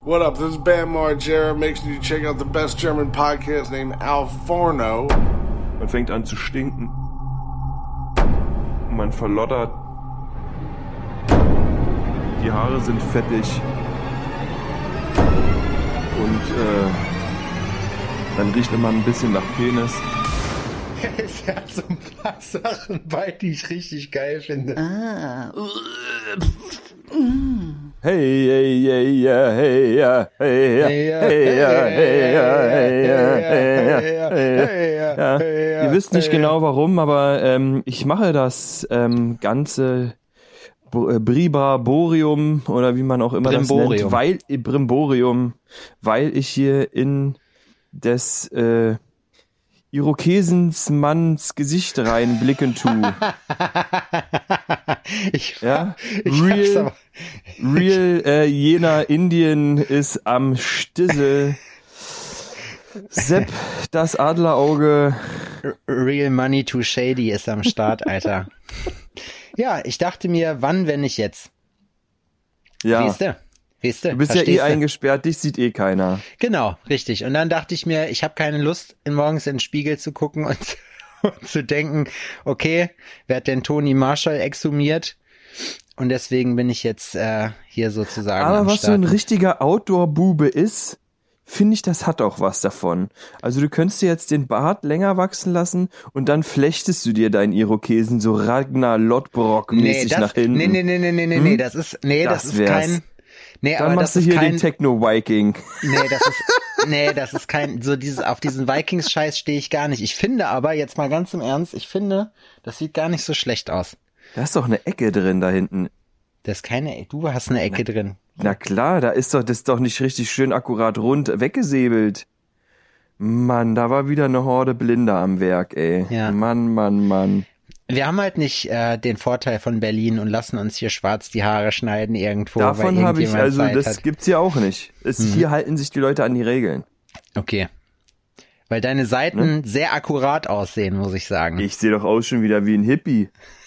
What up? This is Bam Margera. Make sure you check out the best German podcast named Al Forno. Man fängt an zu stinken. Man verlottert. Die Haare sind fettig. Und dann riecht immer ein bisschen nach Penis. Es hat so ein paar Sachen bei, die ich richtig geil finde. Hey, hey, hey, ja, hey, ja, hey, ja, hey, ja, hey, ja, hey, ja, hey, ja. Ihr wisst nicht genau warum, aber ich mache das ganze Bribarium oder wie man auch immer das nennt, Brimborium, weil ich hier in des Irokesens Manns Gesicht reinblicken tue. Real Jena Indien ist am Stissel. Sepp, das Adlerauge. Real Money Too Shady ist am Start, Alter. Ja, ich dachte mir, wann, wenn nicht jetzt? Ja. Weißt du, du bist ja eh eingesperrt, dich sieht eh keiner. Genau, richtig. Und dann dachte ich mir, ich habe keine Lust, morgens in den Spiegel zu gucken und zu denken, okay, wer hat denn Toni Marshall exhumiert? Und deswegen bin ich jetzt hier sozusagen Aber am was Start. so ein richtiger Outdoor-Bube ist, finde ich, das hat auch was davon. Also du könntest dir jetzt den Bart länger wachsen lassen und dann flechtest du dir deinen Irokesen so Ragnar Lodbrok-mäßig nach hinten. Nee, das ist kein... Nee, dann aber machst das du ist hier kein, den Techno-Viking. Das ist kein, so dieses, auf diesen Vikings-Scheiß stehe ich gar nicht. Ich finde aber, jetzt mal ganz im Ernst, das sieht gar nicht so schlecht aus. Da ist doch eine Ecke drin da hinten. Das ist keine, du hast eine Ecke drin. Na klar, das ist doch nicht richtig schön akkurat rund weggesäbelt. Mann, da war wieder eine Horde Blinder am Werk, ey. Ja. Mann. Wir haben halt nicht den Vorteil von Berlin und lassen uns hier schwarz die Haare schneiden irgendwo. Davon habe ich, also Zeit das hat. Gibt's hier auch nicht. Hier halten sich die Leute an die Regeln. Okay. Weil deine Seiten sehr akkurat aussehen, muss ich sagen. Ich sehe doch aus schon wieder wie ein Hippie.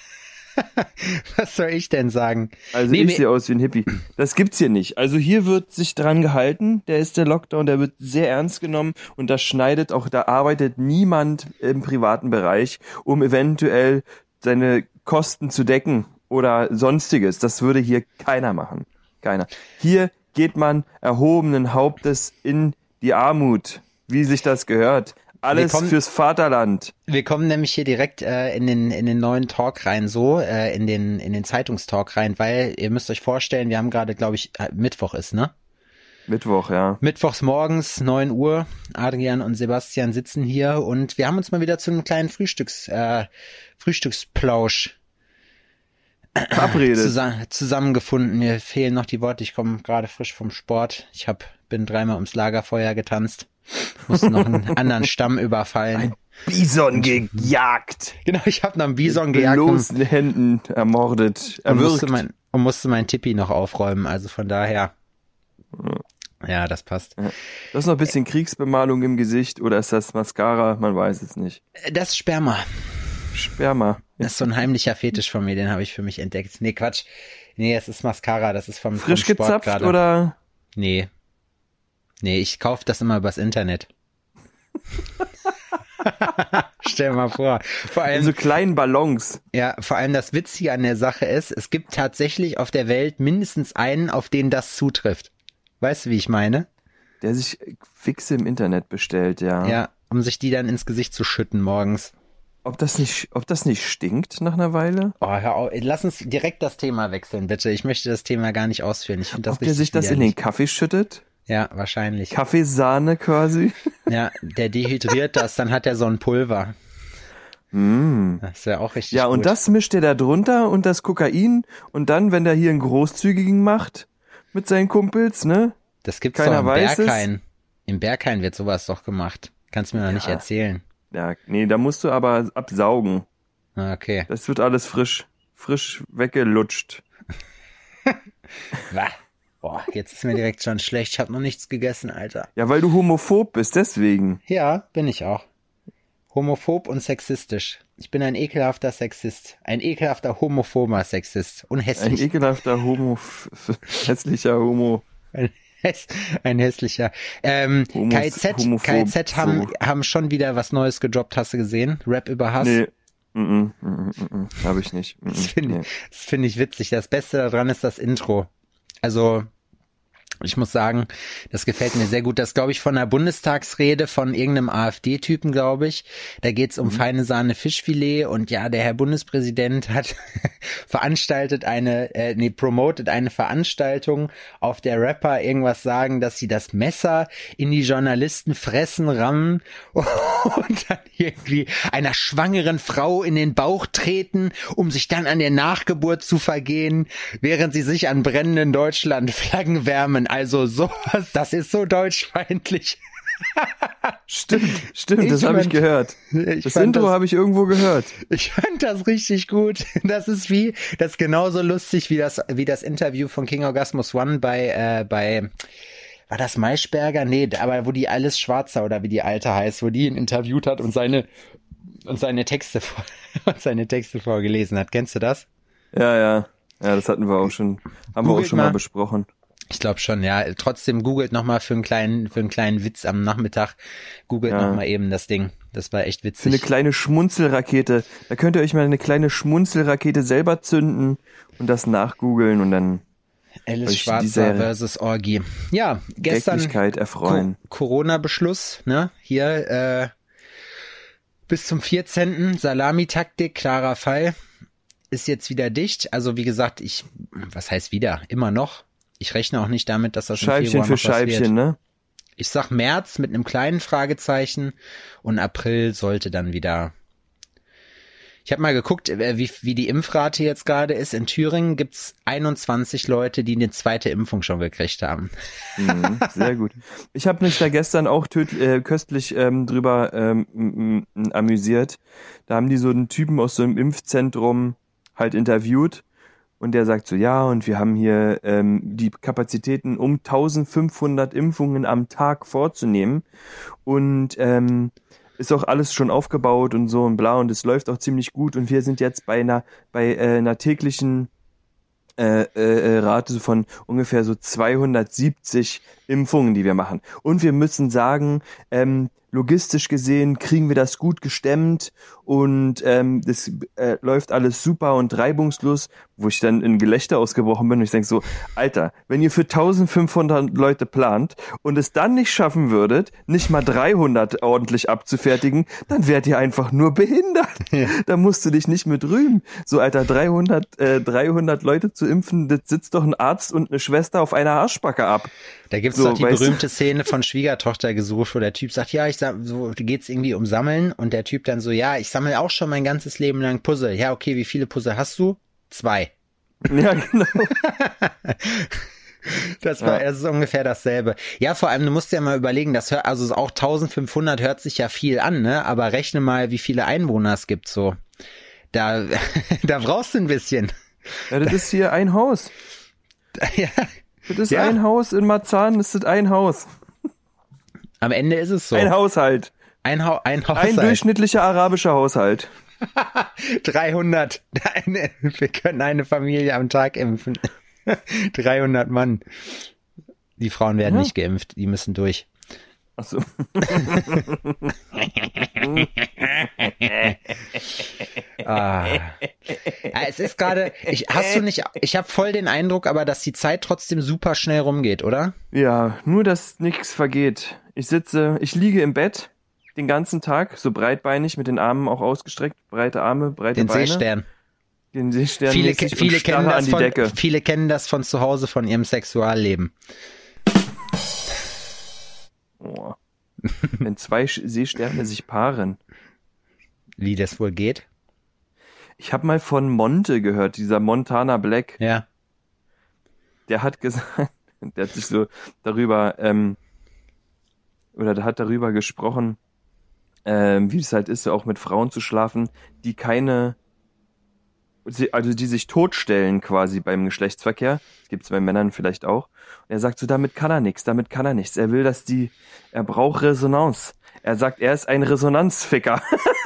Was soll ich denn sagen? Also ich sehe aus wie ein Hippie. Das gibt's hier nicht. Also hier wird sich dran gehalten, der Lockdown, der wird sehr ernst genommen und da arbeitet niemand im privaten Bereich, um eventuell seine Kosten zu decken oder sonstiges. Das würde hier keiner machen. Keiner. Hier geht man erhobenen Hauptes in die Armut, wie sich das gehört. Alles fürs Vaterland. Wir kommen nämlich hier direkt in den neuen Talk rein, in den Zeitungstalk rein, weil ihr müsst euch vorstellen, wir haben gerade, glaube ich, Mittwoch ist, ne? Mittwoch, ja. Mittwochs morgens, 9 Uhr. Adrian und Sebastian sitzen hier und wir haben uns mal wieder zu einem kleinen Frühstücksplausch verabredet. Zusammengefunden. Mir fehlen noch die Worte. Ich komme gerade frisch vom Sport. Bin 3-mal ums Lagerfeuer getanzt. Musste noch einen anderen Stamm überfallen. Ein Bison gejagt. Genau, ich habe noch einen Bison gejagt. Mit bloßen Händen ermordet, erwürgt. Und musste mein Tippi noch aufräumen. Also von daher... Ja, das passt. Ja. Du hast noch ein bisschen Kriegsbemalung im Gesicht oder ist das Mascara? Man weiß es nicht. Das ist Sperma. Das ist so ein heimlicher Fetisch von mir, den habe ich für mich entdeckt. Nee, Quatsch. Nee, es ist Mascara, das ist vom Frisch Sport gezapft grade. Oder? Nee, ich kaufe das immer übers Internet. Stell mal vor. Vor allem in so kleinen Ballons. Ja, vor allem das Witzige an der Sache ist, es gibt tatsächlich auf der Welt mindestens einen, auf den das zutrifft. Weißt du, wie ich meine? Der sich Fixe im Internet bestellt, ja. Ja, um sich die dann ins Gesicht zu schütten morgens. Ob das nicht stinkt nach einer Weile? Oh, hör auf. Lass uns direkt das Thema wechseln, bitte. Ich möchte das Thema gar nicht ausführen. Ich finde das Ob der sich das in den Kaffee schüttet? Ja, wahrscheinlich. Kaffeesahne quasi? Ja, der dehydriert das, dann hat er so ein Pulver. Das wäre auch richtig gut. Ja, und das mischt er da drunter und das Kokain und dann, wenn der hier einen Großzügigen macht mit seinen Kumpels, ne? Das gibt's doch im Berghain. Im Berghain wird sowas doch gemacht. Kannst mir noch nicht erzählen. Ja, nee, da musst du aber absaugen. Okay. Das wird alles frisch weggelutscht. Boah, jetzt ist mir direkt schon schlecht. Ich habe noch nichts gegessen, Alter. Ja, weil du homophob bist, deswegen. Ja, bin ich auch. Homophob und sexistisch. Ich bin ein ekelhafter Sexist. Ein ekelhafter homophober Sexist. Und hässlich. Ein ekelhafter hässlicher Homo. Ein hässlicher. KZ haben schon wieder was Neues gedroppt, hast du gesehen? Rap über Hass. Nee. Habe ich nicht. Das finde ich witzig. Das Beste daran ist das Intro. Also, ich muss sagen, das gefällt mir sehr gut. Das glaube ich von einer Bundestagsrede von irgendeinem AfD-Typen, glaube ich. Da geht's um feine Sahne Fischfilet und ja, der Herr Bundespräsident hat promotet eine Veranstaltung, auf der Rapper irgendwas sagen, dass sie das Messer in die Journalisten fressen, rammen und dann irgendwie einer schwangeren Frau in den Bauch treten, um sich dann an der Nachgeburt zu vergehen, während sie sich an brennenden Deutschland-Flaggen wärmen. Also sowas, das ist so deutschfeindlich. Stimmt, das habe ich gehört. Das Intro habe ich irgendwo gehört. Ich fand das richtig gut. Das ist genauso lustig wie das Interview von King Orgasmus One bei war das Maischberger? Nee, aber wo die Alice Schwarzer oder wie die Alte heißt, wo die ihn interviewt hat und seine Texte vorgelesen hat. Kennst du das? Ja, das hatten wir auch schon, haben wir auch schon mal besprochen. Ich glaube schon, ja. Trotzdem googelt nochmal für einen kleinen Witz am Nachmittag. Googelt nochmal eben das Ding. Das war echt witzig. Für eine kleine Schmunzelrakete. Da könnt ihr euch mal eine kleine Schmunzelrakete selber zünden und das nachgoogeln und dann Alice Schwarzer versus Orgi. Ja, gestern erfreuen. Corona-Beschluss, ne? Hier bis zum 14. Salamitaktik, klarer Fall. Ist jetzt wieder dicht. Also wie gesagt, was heißt wieder? Immer noch. Ich rechne auch nicht damit, dass das im Februar noch was wird. Scheibchen für Scheibchen, ne? Ich sag März mit einem kleinen Fragezeichen und April sollte dann wieder. Ich habe mal geguckt, wie die Impfrate jetzt gerade ist. In Thüringen gibt's 21 Leute, die eine zweite Impfung schon gekriegt haben. Sehr gut. Ich habe mich da gestern auch köstlich drüber amüsiert. Da haben die so einen Typen aus so einem Impfzentrum halt interviewt. Und der sagt so, ja, und wir haben hier die Kapazitäten, um 1500 Impfungen am Tag vorzunehmen. Und ist auch alles schon aufgebaut und so und bla. Und es läuft auch ziemlich gut. Und wir sind jetzt bei einer täglichen Rate von ungefähr so 270 Impfungen, die wir machen. Und wir müssen sagen, logistisch gesehen kriegen wir das gut gestemmt und das läuft alles super und reibungslos, wo ich dann in Gelächter ausgebrochen bin und ich denke so, Alter, wenn ihr für 1500 Leute plant und es dann nicht schaffen würdet, nicht mal 300 ordentlich abzufertigen, dann wärt ihr einfach nur behindert. Ja. Da musst du dich nicht mit rühmen. So, Alter, 300 Leute zu impfen, das sitzt doch ein Arzt und eine Schwester auf einer Arschbacke ab. Da gibt's doch die berühmte Szene von Schwiegertochter gesucht, wo der Typ sagt, ja, geht's irgendwie um Sammeln und der Typ dann so, ja, ich sammle auch schon mein ganzes Leben lang Puzzle. Ja, okay, wie viele Puzzle hast du? 2. Ja, genau. Das ist ungefähr dasselbe. Ja, vor allem, du musst dir mal überlegen, also auch 1500 hört sich ja viel an, ne? Aber rechne mal, wie viele Einwohner es gibt, so. Da brauchst du ein bisschen. Ja, das ist hier ein Haus. Ja. Das ist ein Haus in Marzahn, das ist ein Haus. Am Ende ist es so. Ein Haushalt. Ein Haushalt. Ein durchschnittlicher arabischer Haushalt. 300. Wir können eine Familie am Tag impfen. 300 Mann. Die Frauen werden nicht geimpft, die müssen durch. Ach so. Es ist gerade, ich habe voll den Eindruck, aber dass die Zeit trotzdem super schnell rumgeht, oder? Ja, nur dass nichts vergeht. Ich liege im Bett den ganzen Tag, so breitbeinig, mit den Armen auch ausgestreckt, breite Arme, breite Beine. Den Seestern. Viele kennen das von zu Hause, von ihrem Sexualleben. Oh. Wenn 2 Seesterne sich paaren. Wie das wohl geht? Ich habe mal von Monte gehört, dieser Montana Black. Ja. Der hat gesagt, der hat sich so darüber, der hat darüber gesprochen, wie es halt ist, auch mit Frauen zu schlafen, die die sich totstellen quasi beim Geschlechtsverkehr. Das gibt's bei Männern vielleicht auch. Und er sagt so, damit kann er nichts. Er will, er braucht Resonanz. Er sagt, er ist ein Resonanzficker.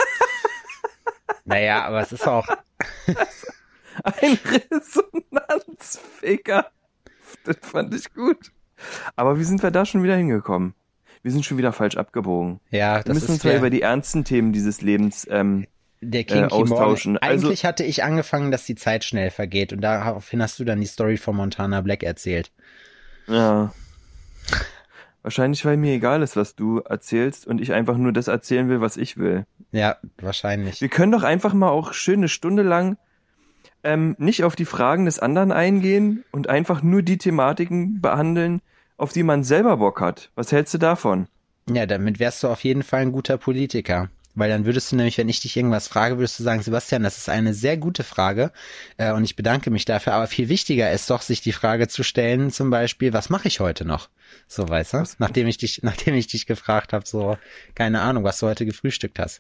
Naja, aber es ist auch... Ein Resonanzficker. Das fand ich gut. Aber wie sind wir da schon wieder hingekommen? Wir sind schon wieder falsch abgebogen. Ja, Wir das müssen ist uns mal über die ernsten Themen dieses Lebens der Kinky austauschen. Morgen. Eigentlich hatte ich angefangen, dass die Zeit schnell vergeht und daraufhin hast du dann die Story von Montana Black erzählt. Ja. Wahrscheinlich, weil mir egal ist, was du erzählst und ich einfach nur das erzählen will, was ich will. Ja, wahrscheinlich. Wir können doch einfach mal auch schön eine Stunde lang nicht auf die Fragen des anderen eingehen und einfach nur die Thematiken behandeln, auf die man selber Bock hat. Was hältst du davon? Ja, damit wärst du auf jeden Fall ein guter Politiker. Weil dann würdest du nämlich, wenn ich dich irgendwas frage, würdest du sagen, Sebastian, das ist eine sehr gute Frage und ich bedanke mich dafür. Aber viel wichtiger ist doch, sich die Frage zu stellen, zum Beispiel, was mache ich heute noch? So, weißt du? Nachdem ich dich gefragt habe, so, keine Ahnung, was du heute gefrühstückt hast.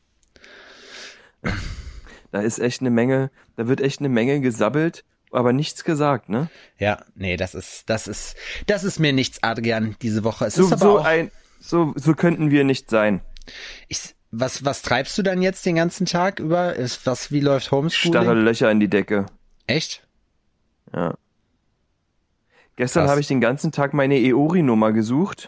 Da wird echt eine Menge gesabbelt, aber nichts gesagt, ne? Ja, nee, das ist mir nichts, Adrian, diese Woche. Es So, ist aber so könnten wir nicht sein. Was treibst du dann jetzt den ganzen Tag über? Wie läuft Homeschooling? Starre Löcher in die Decke. Echt? Ja. Gestern Krass. habe ich den ganzen Tag meine EORI-Nummer gesucht.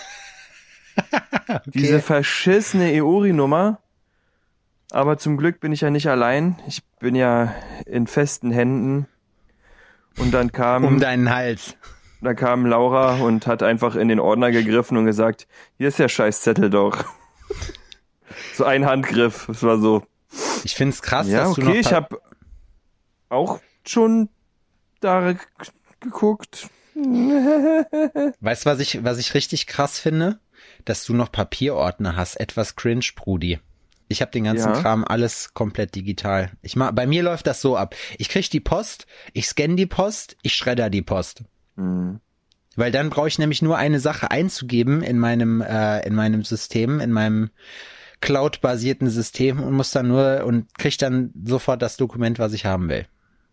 Okay. Diese verschissene EORI-Nummer. Aber zum Glück bin ich ja nicht allein. Ich bin ja in festen Händen. Und dann Um deinen Hals. Da kam Laura und hat einfach in den Ordner gegriffen und gesagt, hier ist der Scheißzettel doch. So ein Handgriff, das war so. Ich find's krass, Ja, dass du noch... okay, ich habe auch schon da geguckt. Weißt du, was ich richtig krass finde? Dass du noch Papierordner hast. Etwas cringe, Brudi. Ich habe den ganzen Kram alles komplett digital. Bei mir läuft das so ab. Ich krieg die Post, ich scanne die Post, ich schredder die Post. Mhm. Weil dann brauche ich nämlich nur eine Sache einzugeben in meinem System, in meinem Cloud-basierten System und krieg dann sofort das Dokument, was ich haben will.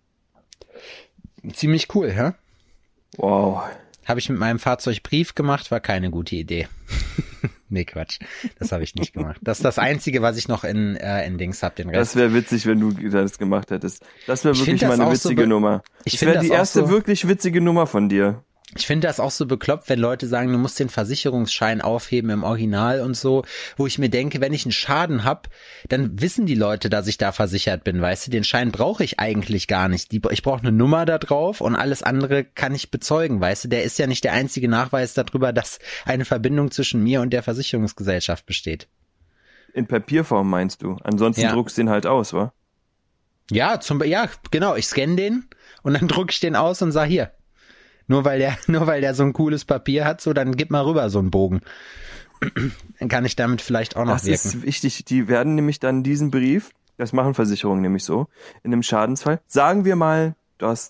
Ziemlich cool, hä? Wow. Habe ich mit meinem Fahrzeug Brief gemacht, war keine gute Idee. Nee, Quatsch. Das habe ich nicht gemacht. Das ist das Einzige, was ich noch in Dings habe. Den Rest. Das wäre witzig, wenn du das gemacht hättest. Das wäre wirklich mal eine witzige Nummer. Ich das wäre finde die das auch erste so- wirklich witzige Nummer von dir. Ich finde das auch so bekloppt, wenn Leute sagen, du musst den Versicherungsschein aufheben im Original und so, wo ich mir denke, wenn ich einen Schaden hab, dann wissen die Leute, dass ich da versichert bin, weißt du, den Schein brauche ich eigentlich gar nicht. Ich brauche eine Nummer da drauf und alles andere kann ich bezeugen, weißt du, der ist ja nicht der einzige Nachweis darüber, dass eine Verbindung zwischen mir und der Versicherungsgesellschaft besteht. In Papierform meinst du? Ansonsten Ja. druckst du den halt aus, wa? Ja, genau, ich scanne den und dann drucke ich den aus und sag hier. Nur weil der so ein cooles Papier hat, so, dann gib mal rüber so einen Bogen. Dann kann ich damit vielleicht auch noch Das wirken. ist wichtig. Die werden nämlich dann diesen Brief, das machen Versicherungen nämlich so, in einem Schadensfall. Sagen wir mal, du hast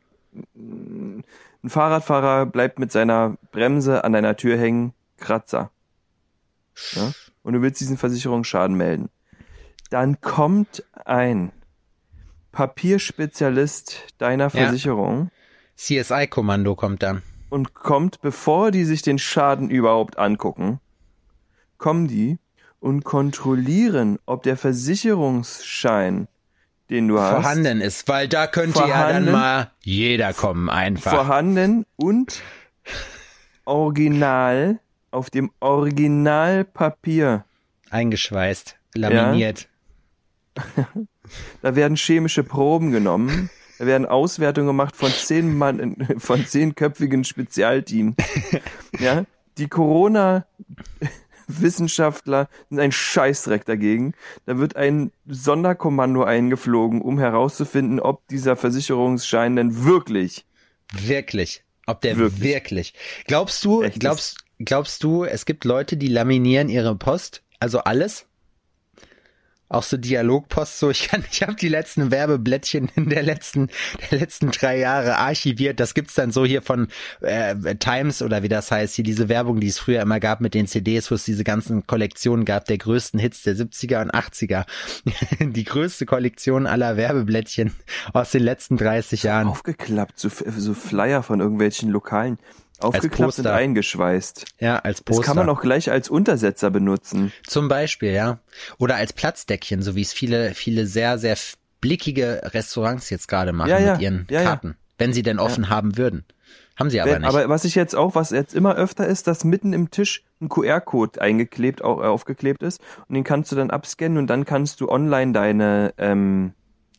ein Fahrradfahrer bleibt mit seiner Bremse an deiner Tür hängen, Kratzer. Ja? Und du willst diesen Versicherungsschaden melden. Dann kommt ein Papierspezialist deiner Versicherung CSI-Kommando kommt dann. und kommt, bevor die sich den Schaden überhaupt angucken, kommen die und kontrollieren, ob der Versicherungsschein, den du hast, Vorhanden ist, weil da könnte ja dann Vorhanden. mal jeder kommen, einfach. vorhanden und original auf dem Originalpapier. Eingeschweißt, laminiert. Da werden chemische Proben genommen. Da werden Auswertungen gemacht von 10 Mann, von 10-köpfigen Spezialteam. Ja, die Corona-Wissenschaftler sind ein Scheißdreck dagegen. Da wird ein Sonderkommando eingeflogen, um herauszufinden, ob dieser Versicherungsschein denn wirklich. Ob der Wirklich. wirklich. Glaubst du, Echt ist. glaubst du, es gibt Leute, die laminieren ihre Post? Also alles? Auch so Dialogpost, so ich habe die letzten Werbeblättchen der letzten 3 Jahre archiviert. Das gibt's dann so hier von Times oder wie das heißt, hier diese Werbung, die es früher immer gab mit den CDs, wo es diese ganzen Kollektionen gab, der größten Hits der 70er und 80er. Die größte Kollektion aller Werbeblättchen aus den letzten 30 Jahren. Aufgeklappt, so Flyer von irgendwelchen Lokalen. Aufgeklappt und Poster. eingeschweißt. Ja, als Das Poster. kann man auch gleich als Untersetzer benutzen. Zum Beispiel, ja. Oder als Platzdeckchen, so wie es viele sehr, sehr blickige Restaurants jetzt gerade machen Ja, ja. mit ihren Ja, ja. Karten. Wenn sie denn offen haben würden. Haben sie aber nicht. Aber was jetzt immer öfter ist, dass mitten im Tisch ein QR-Code aufgeklebt ist und den kannst du dann abscannen und dann kannst du online deine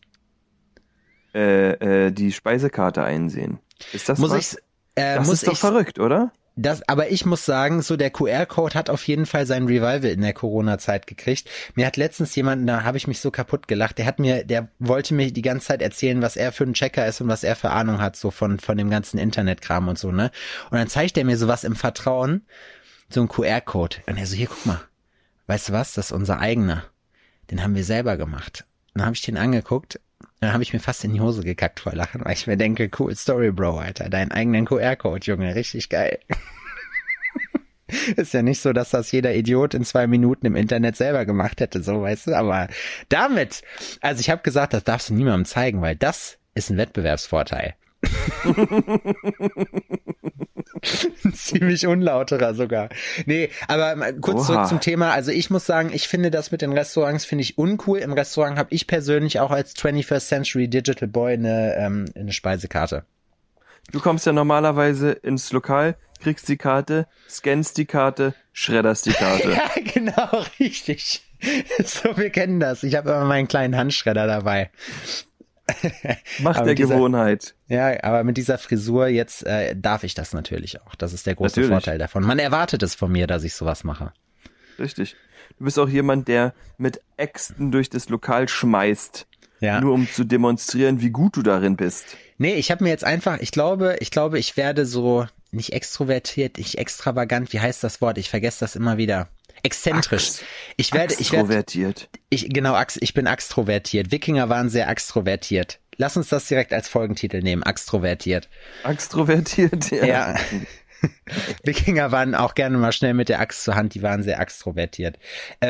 die Speisekarte einsehen. Ist das was? Das ist doch verrückt, oder? Aber ich muss sagen, so der QR-Code hat auf jeden Fall sein Revival in der Corona-Zeit gekriegt. Mir hat letztens jemand, da habe ich mich so kaputt gelacht, der wollte mir die ganze Zeit erzählen, was er für ein Checker ist und was er für Ahnung hat, so von dem ganzen Internetkram und so, ne? Und dann zeigt er mir sowas im Vertrauen, so ein QR-Code. Und er so, hier, guck mal, weißt du was, das ist unser eigener. Den haben wir selber gemacht. Und dann habe ich den angeguckt. Dann habe ich mir fast in die Hose gekackt vor Lachen, weil ich mir denke, cool Story, Bro, Alter, deinen eigenen QR-Code, Junge, richtig geil. Ist ja nicht so, dass das jeder Idiot in 2 Minuten im Internet selber gemacht hätte, so, weißt du, aber damit, also ich habe gesagt, das darfst du niemandem zeigen, weil das ist ein Wettbewerbsvorteil. Ein ziemlich unlauterer sogar. Nee, aber kurz zurück zum Thema. Also ich muss sagen, ich finde das mit den Restaurants finde ich uncool. Im Restaurant habe ich persönlich auch als 21st Century Digital Boy eine Speisekarte. Du kommst ja normalerweise ins Lokal, kriegst die Karte, scannst die Karte, schredderst die Karte. Ja, genau, richtig. So, wir kennen das. Ich habe immer meinen kleinen Handschredder dabei. Macht der Gewohnheit. Ja, aber mit dieser Frisur jetzt darf ich das natürlich auch. Das ist der große Vorteil davon. Man erwartet es von mir, dass ich sowas mache. Richtig. Du bist auch jemand, der mit Äxten durch das Lokal schmeißt. Ja. Nur um zu demonstrieren, wie gut du darin bist. Nee, ich habe mir jetzt einfach, ich glaube, ich werde so nicht extrovertiert, nicht extravagant, wie heißt das Wort? Ich vergesse das immer wieder. Exzentrisch. Ich bin extrovertiert. Wikinger waren sehr extrovertiert. Lass uns das direkt als Folgentitel nehmen. Extrovertiert. Extrovertiert, ja. Ja. Wikinger waren auch gerne mal schnell mit der Axt zur Hand. Die waren sehr extrovertiert.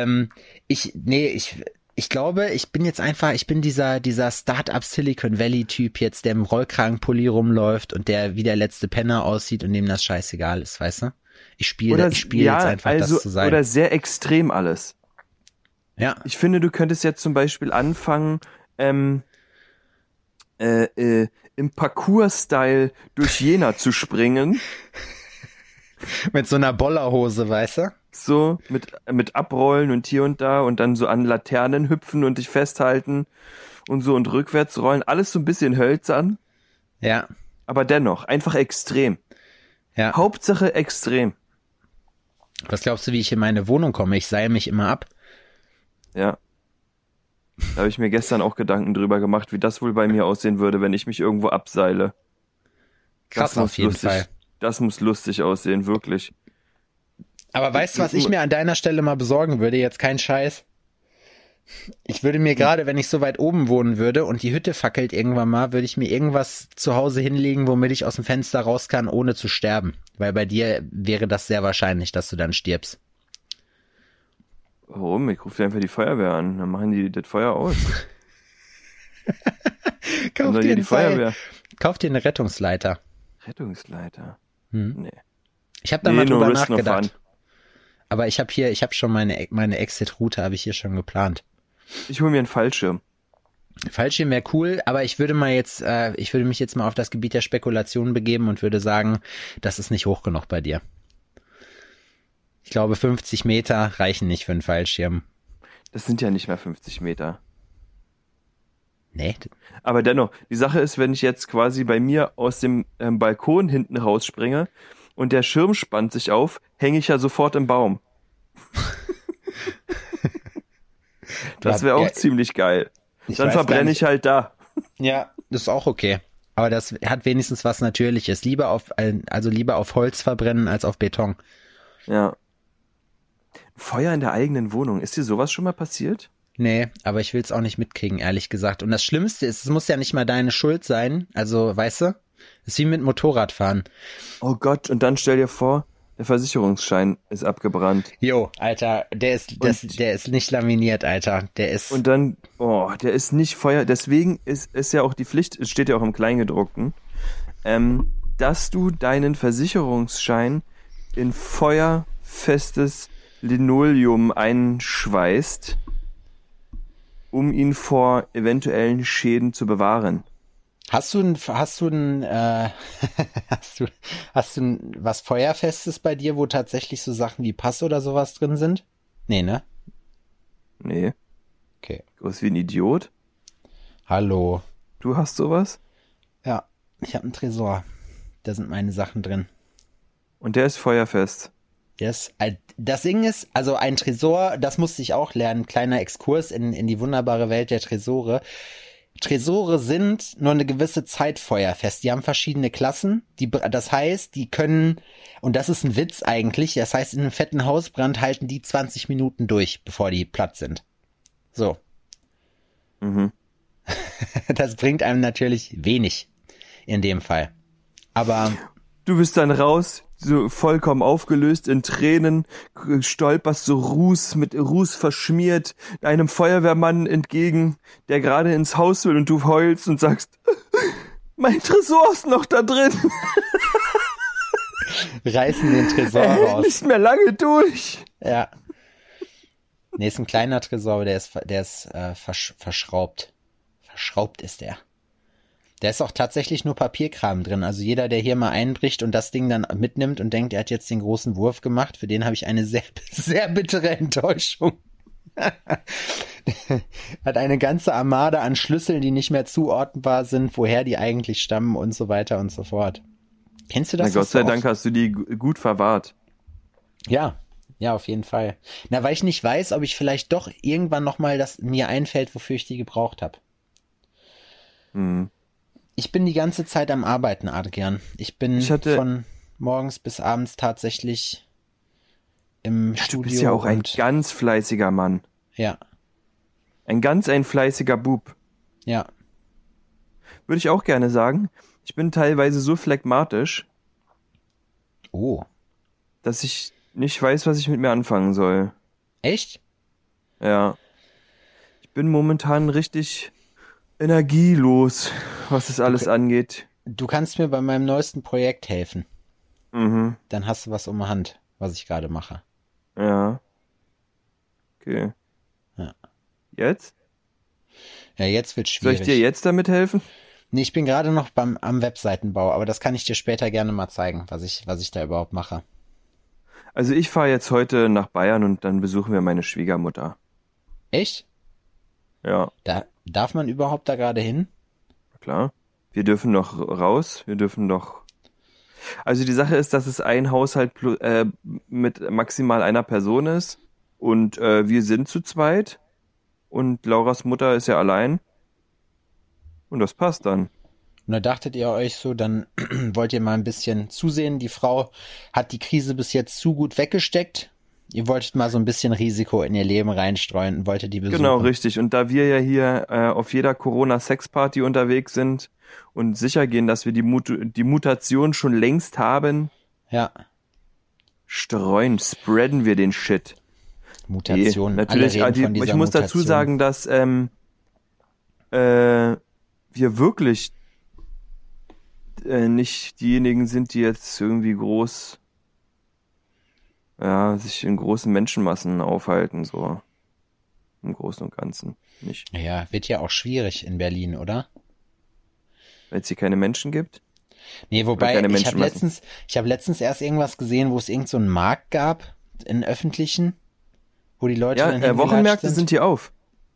Ich glaube, ich bin dieser Start-up Silicon Valley Typ jetzt, der im Rollkragenpulli rumläuft und der wie der letzte Penner aussieht und dem das scheißegal ist, weißt du? Ich spiele jetzt einfach das zu sein. Oder sehr extrem alles. Ja. Ich finde, du könntest jetzt zum Beispiel anfangen, im Parcours-Style durch Jena zu springen. Mit so einer Bollerhose, weißt du? So, mit Abrollen und hier und da und dann so an Laternen hüpfen und dich festhalten und so und rückwärts rollen. Alles so ein bisschen hölzern. Ja. Aber dennoch, einfach extrem. Ja. Hauptsache extrem. Was glaubst du, wie ich in meine Wohnung komme? Ich seile mich immer ab. Ja. Da habe ich mir gestern auch Gedanken drüber gemacht, wie das wohl bei mir aussehen würde, wenn ich mich irgendwo abseile. Krass, auf jeden Fall. Das muss lustig aussehen, wirklich. Aber weißt du, was ich mir an deiner Stelle mal besorgen würde? Jetzt kein Scheiß. Ich würde mir gerade, wenn ich so weit oben wohnen würde und die Hütte fackelt irgendwann mal, würde ich mir irgendwas zu Hause hinlegen, womit ich aus dem Fenster raus kann, ohne zu sterben. Weil bei dir wäre das sehr wahrscheinlich, dass du dann stirbst. Warum? Ich rufe dir einfach die Feuerwehr an. Dann machen die das Feuer aus. Kauf dir die Feuerwehr. Kauf dir eine Rettungsleiter. Rettungsleiter? Nee. Ich habe da mal drüber nachgedacht. Aber ich habe schon meine Exit-Route habe ich hier schon geplant. Ich hole mir einen Fallschirm. Fallschirm wäre cool, aber ich würde mich jetzt mal auf das Gebiet der Spekulation begeben und würde sagen, das ist nicht hoch genug bei dir. Ich glaube, 50 Meter reichen nicht für einen Fallschirm. Das sind ja nicht mehr 50 Meter. Nee. Aber dennoch, die Sache ist, wenn ich jetzt quasi bei mir aus dem Balkon hinten rausspringe und der Schirm spannt sich auf, hänge ich ja sofort im Baum. Das wäre auch ziemlich geil. Dann verbrenne ich halt da. Ja, das ist auch okay. Aber das hat wenigstens was Natürliches. Lieber auf Holz verbrennen als auf Beton. Ja. Feuer in der eigenen Wohnung. Ist dir sowas schon mal passiert? Nee, aber ich will es auch nicht mitkriegen, ehrlich gesagt. Und das Schlimmste ist, es muss ja nicht mal deine Schuld sein. Also, weißt du, das ist wie mit Motorradfahren. Oh Gott, und dann stell dir vor, der Versicherungsschein ist abgebrannt. Jo, Alter, der ist nicht laminiert, Alter. Und dann, der ist nicht Feuer. Deswegen ist ja auch die Pflicht, es steht ja auch im Kleingedruckten, dass du deinen Versicherungsschein in feuerfestes Linoleum einschweißt, um ihn vor eventuellen Schäden zu bewahren. Hast du was Feuerfestes bei dir, wo tatsächlich so Sachen wie Pass oder sowas drin sind? Nee, ne? Nee. Okay. Groß wie ein Idiot. Hallo. Du hast sowas? Ja, ich habe einen Tresor. Da sind meine Sachen drin. Und der ist feuerfest. Yes. Das Ding ist, also ein Tresor, das musste ich auch lernen, kleiner Exkurs in die wunderbare Welt der Tresore. Tresore sind nur eine gewisse Zeit feuerfest. Die haben verschiedene Klassen. Das heißt, die können, und das ist ein Witz eigentlich, das heißt, in einem fetten Hausbrand halten die 20 Minuten durch, bevor die platt sind. So. Mhm. Das bringt einem natürlich wenig in dem Fall. Aber Du bist dann raus, so vollkommen aufgelöst in Tränen, stolperst so mit Ruß verschmiert einem Feuerwehrmann entgegen, der gerade ins Haus will und du heulst und sagst, mein Tresor ist noch da drin. reißen den Tresor raus. Nicht mehr lange durch. Ja. Nee, ist ein kleiner Tresor, aber der ist verschraubt. Verschraubt ist der. Da ist auch tatsächlich nur Papierkram drin. Also jeder, der hier mal einbricht und das Ding dann mitnimmt und denkt, er hat jetzt den großen Wurf gemacht, für den habe ich eine sehr, sehr bittere Enttäuschung. Hat eine ganze Armade an Schlüsseln, die nicht mehr zuordnenbar sind, woher die eigentlich stammen und so weiter und so fort. Kennst du das? Na Gott sei Dank hast du die gut verwahrt. Ja, auf jeden Fall. Na, weil ich nicht weiß, ob ich vielleicht doch irgendwann nochmal das mir einfällt, wofür ich die gebraucht habe. Hm. Ich bin die ganze Zeit am Arbeiten, Adrian. Ich bin von morgens bis abends tatsächlich im Studio. Du bist ja auch ein ganz fleißiger Mann. Ja. Ein fleißiger Bub. Ja. Würde ich auch gerne sagen. Ich bin teilweise so phlegmatisch, dass ich nicht weiß, was ich mit mir anfangen soll. Echt? Ja. Ich bin momentan richtig energielos, was es alles angeht. Du kannst mir bei meinem neuesten Projekt helfen. Mhm. Dann hast du was um die Hand, was ich gerade mache. Ja. Okay. Ja. Jetzt? Ja, jetzt wird Soll schwierig. ich dir jetzt damit helfen? Nee, ich bin gerade noch am Webseitenbau, aber das kann ich dir später gerne mal zeigen, was ich da überhaupt mache. Also ich fahre jetzt heute nach Bayern und dann besuchen wir meine Schwiegermutter. Echt? Ja. Darf man überhaupt da gerade hin? Klar. Wir dürfen noch raus, Also die Sache ist, dass es ein Haushalt mit maximal einer Person ist und wir sind zu zweit und Lauras Mutter ist ja allein und das passt dann. Und da dachtet ihr euch so, dann wollt ihr mal ein bisschen zusehen. Die Frau hat die Krise bis jetzt zu gut weggesteckt. Ihr wolltet mal so ein bisschen Risiko in ihr Leben reinstreuen und wolltet die besuchen. Genau, richtig. Und da wir ja hier auf jeder Corona-Sex-Party unterwegs sind und sicher gehen, dass wir die Mutation schon längst haben, ja, spreaden wir den Shit. Mutation. Natürlich, ich muss dazu sagen, dass wir wirklich nicht diejenigen sind, die jetzt irgendwie sich in großen Menschenmassen aufhalten, so im Großen und Ganzen nicht. Ja, wird ja auch schwierig in Berlin, oder? Weil es hier keine Menschen gibt? Nee, wobei, ich habe letztens erst irgendwas gesehen, wo es irgend so einen Markt gab, in öffentlichen, wo die Leute dann hingelatscht Wochenmärkte sind hier auf.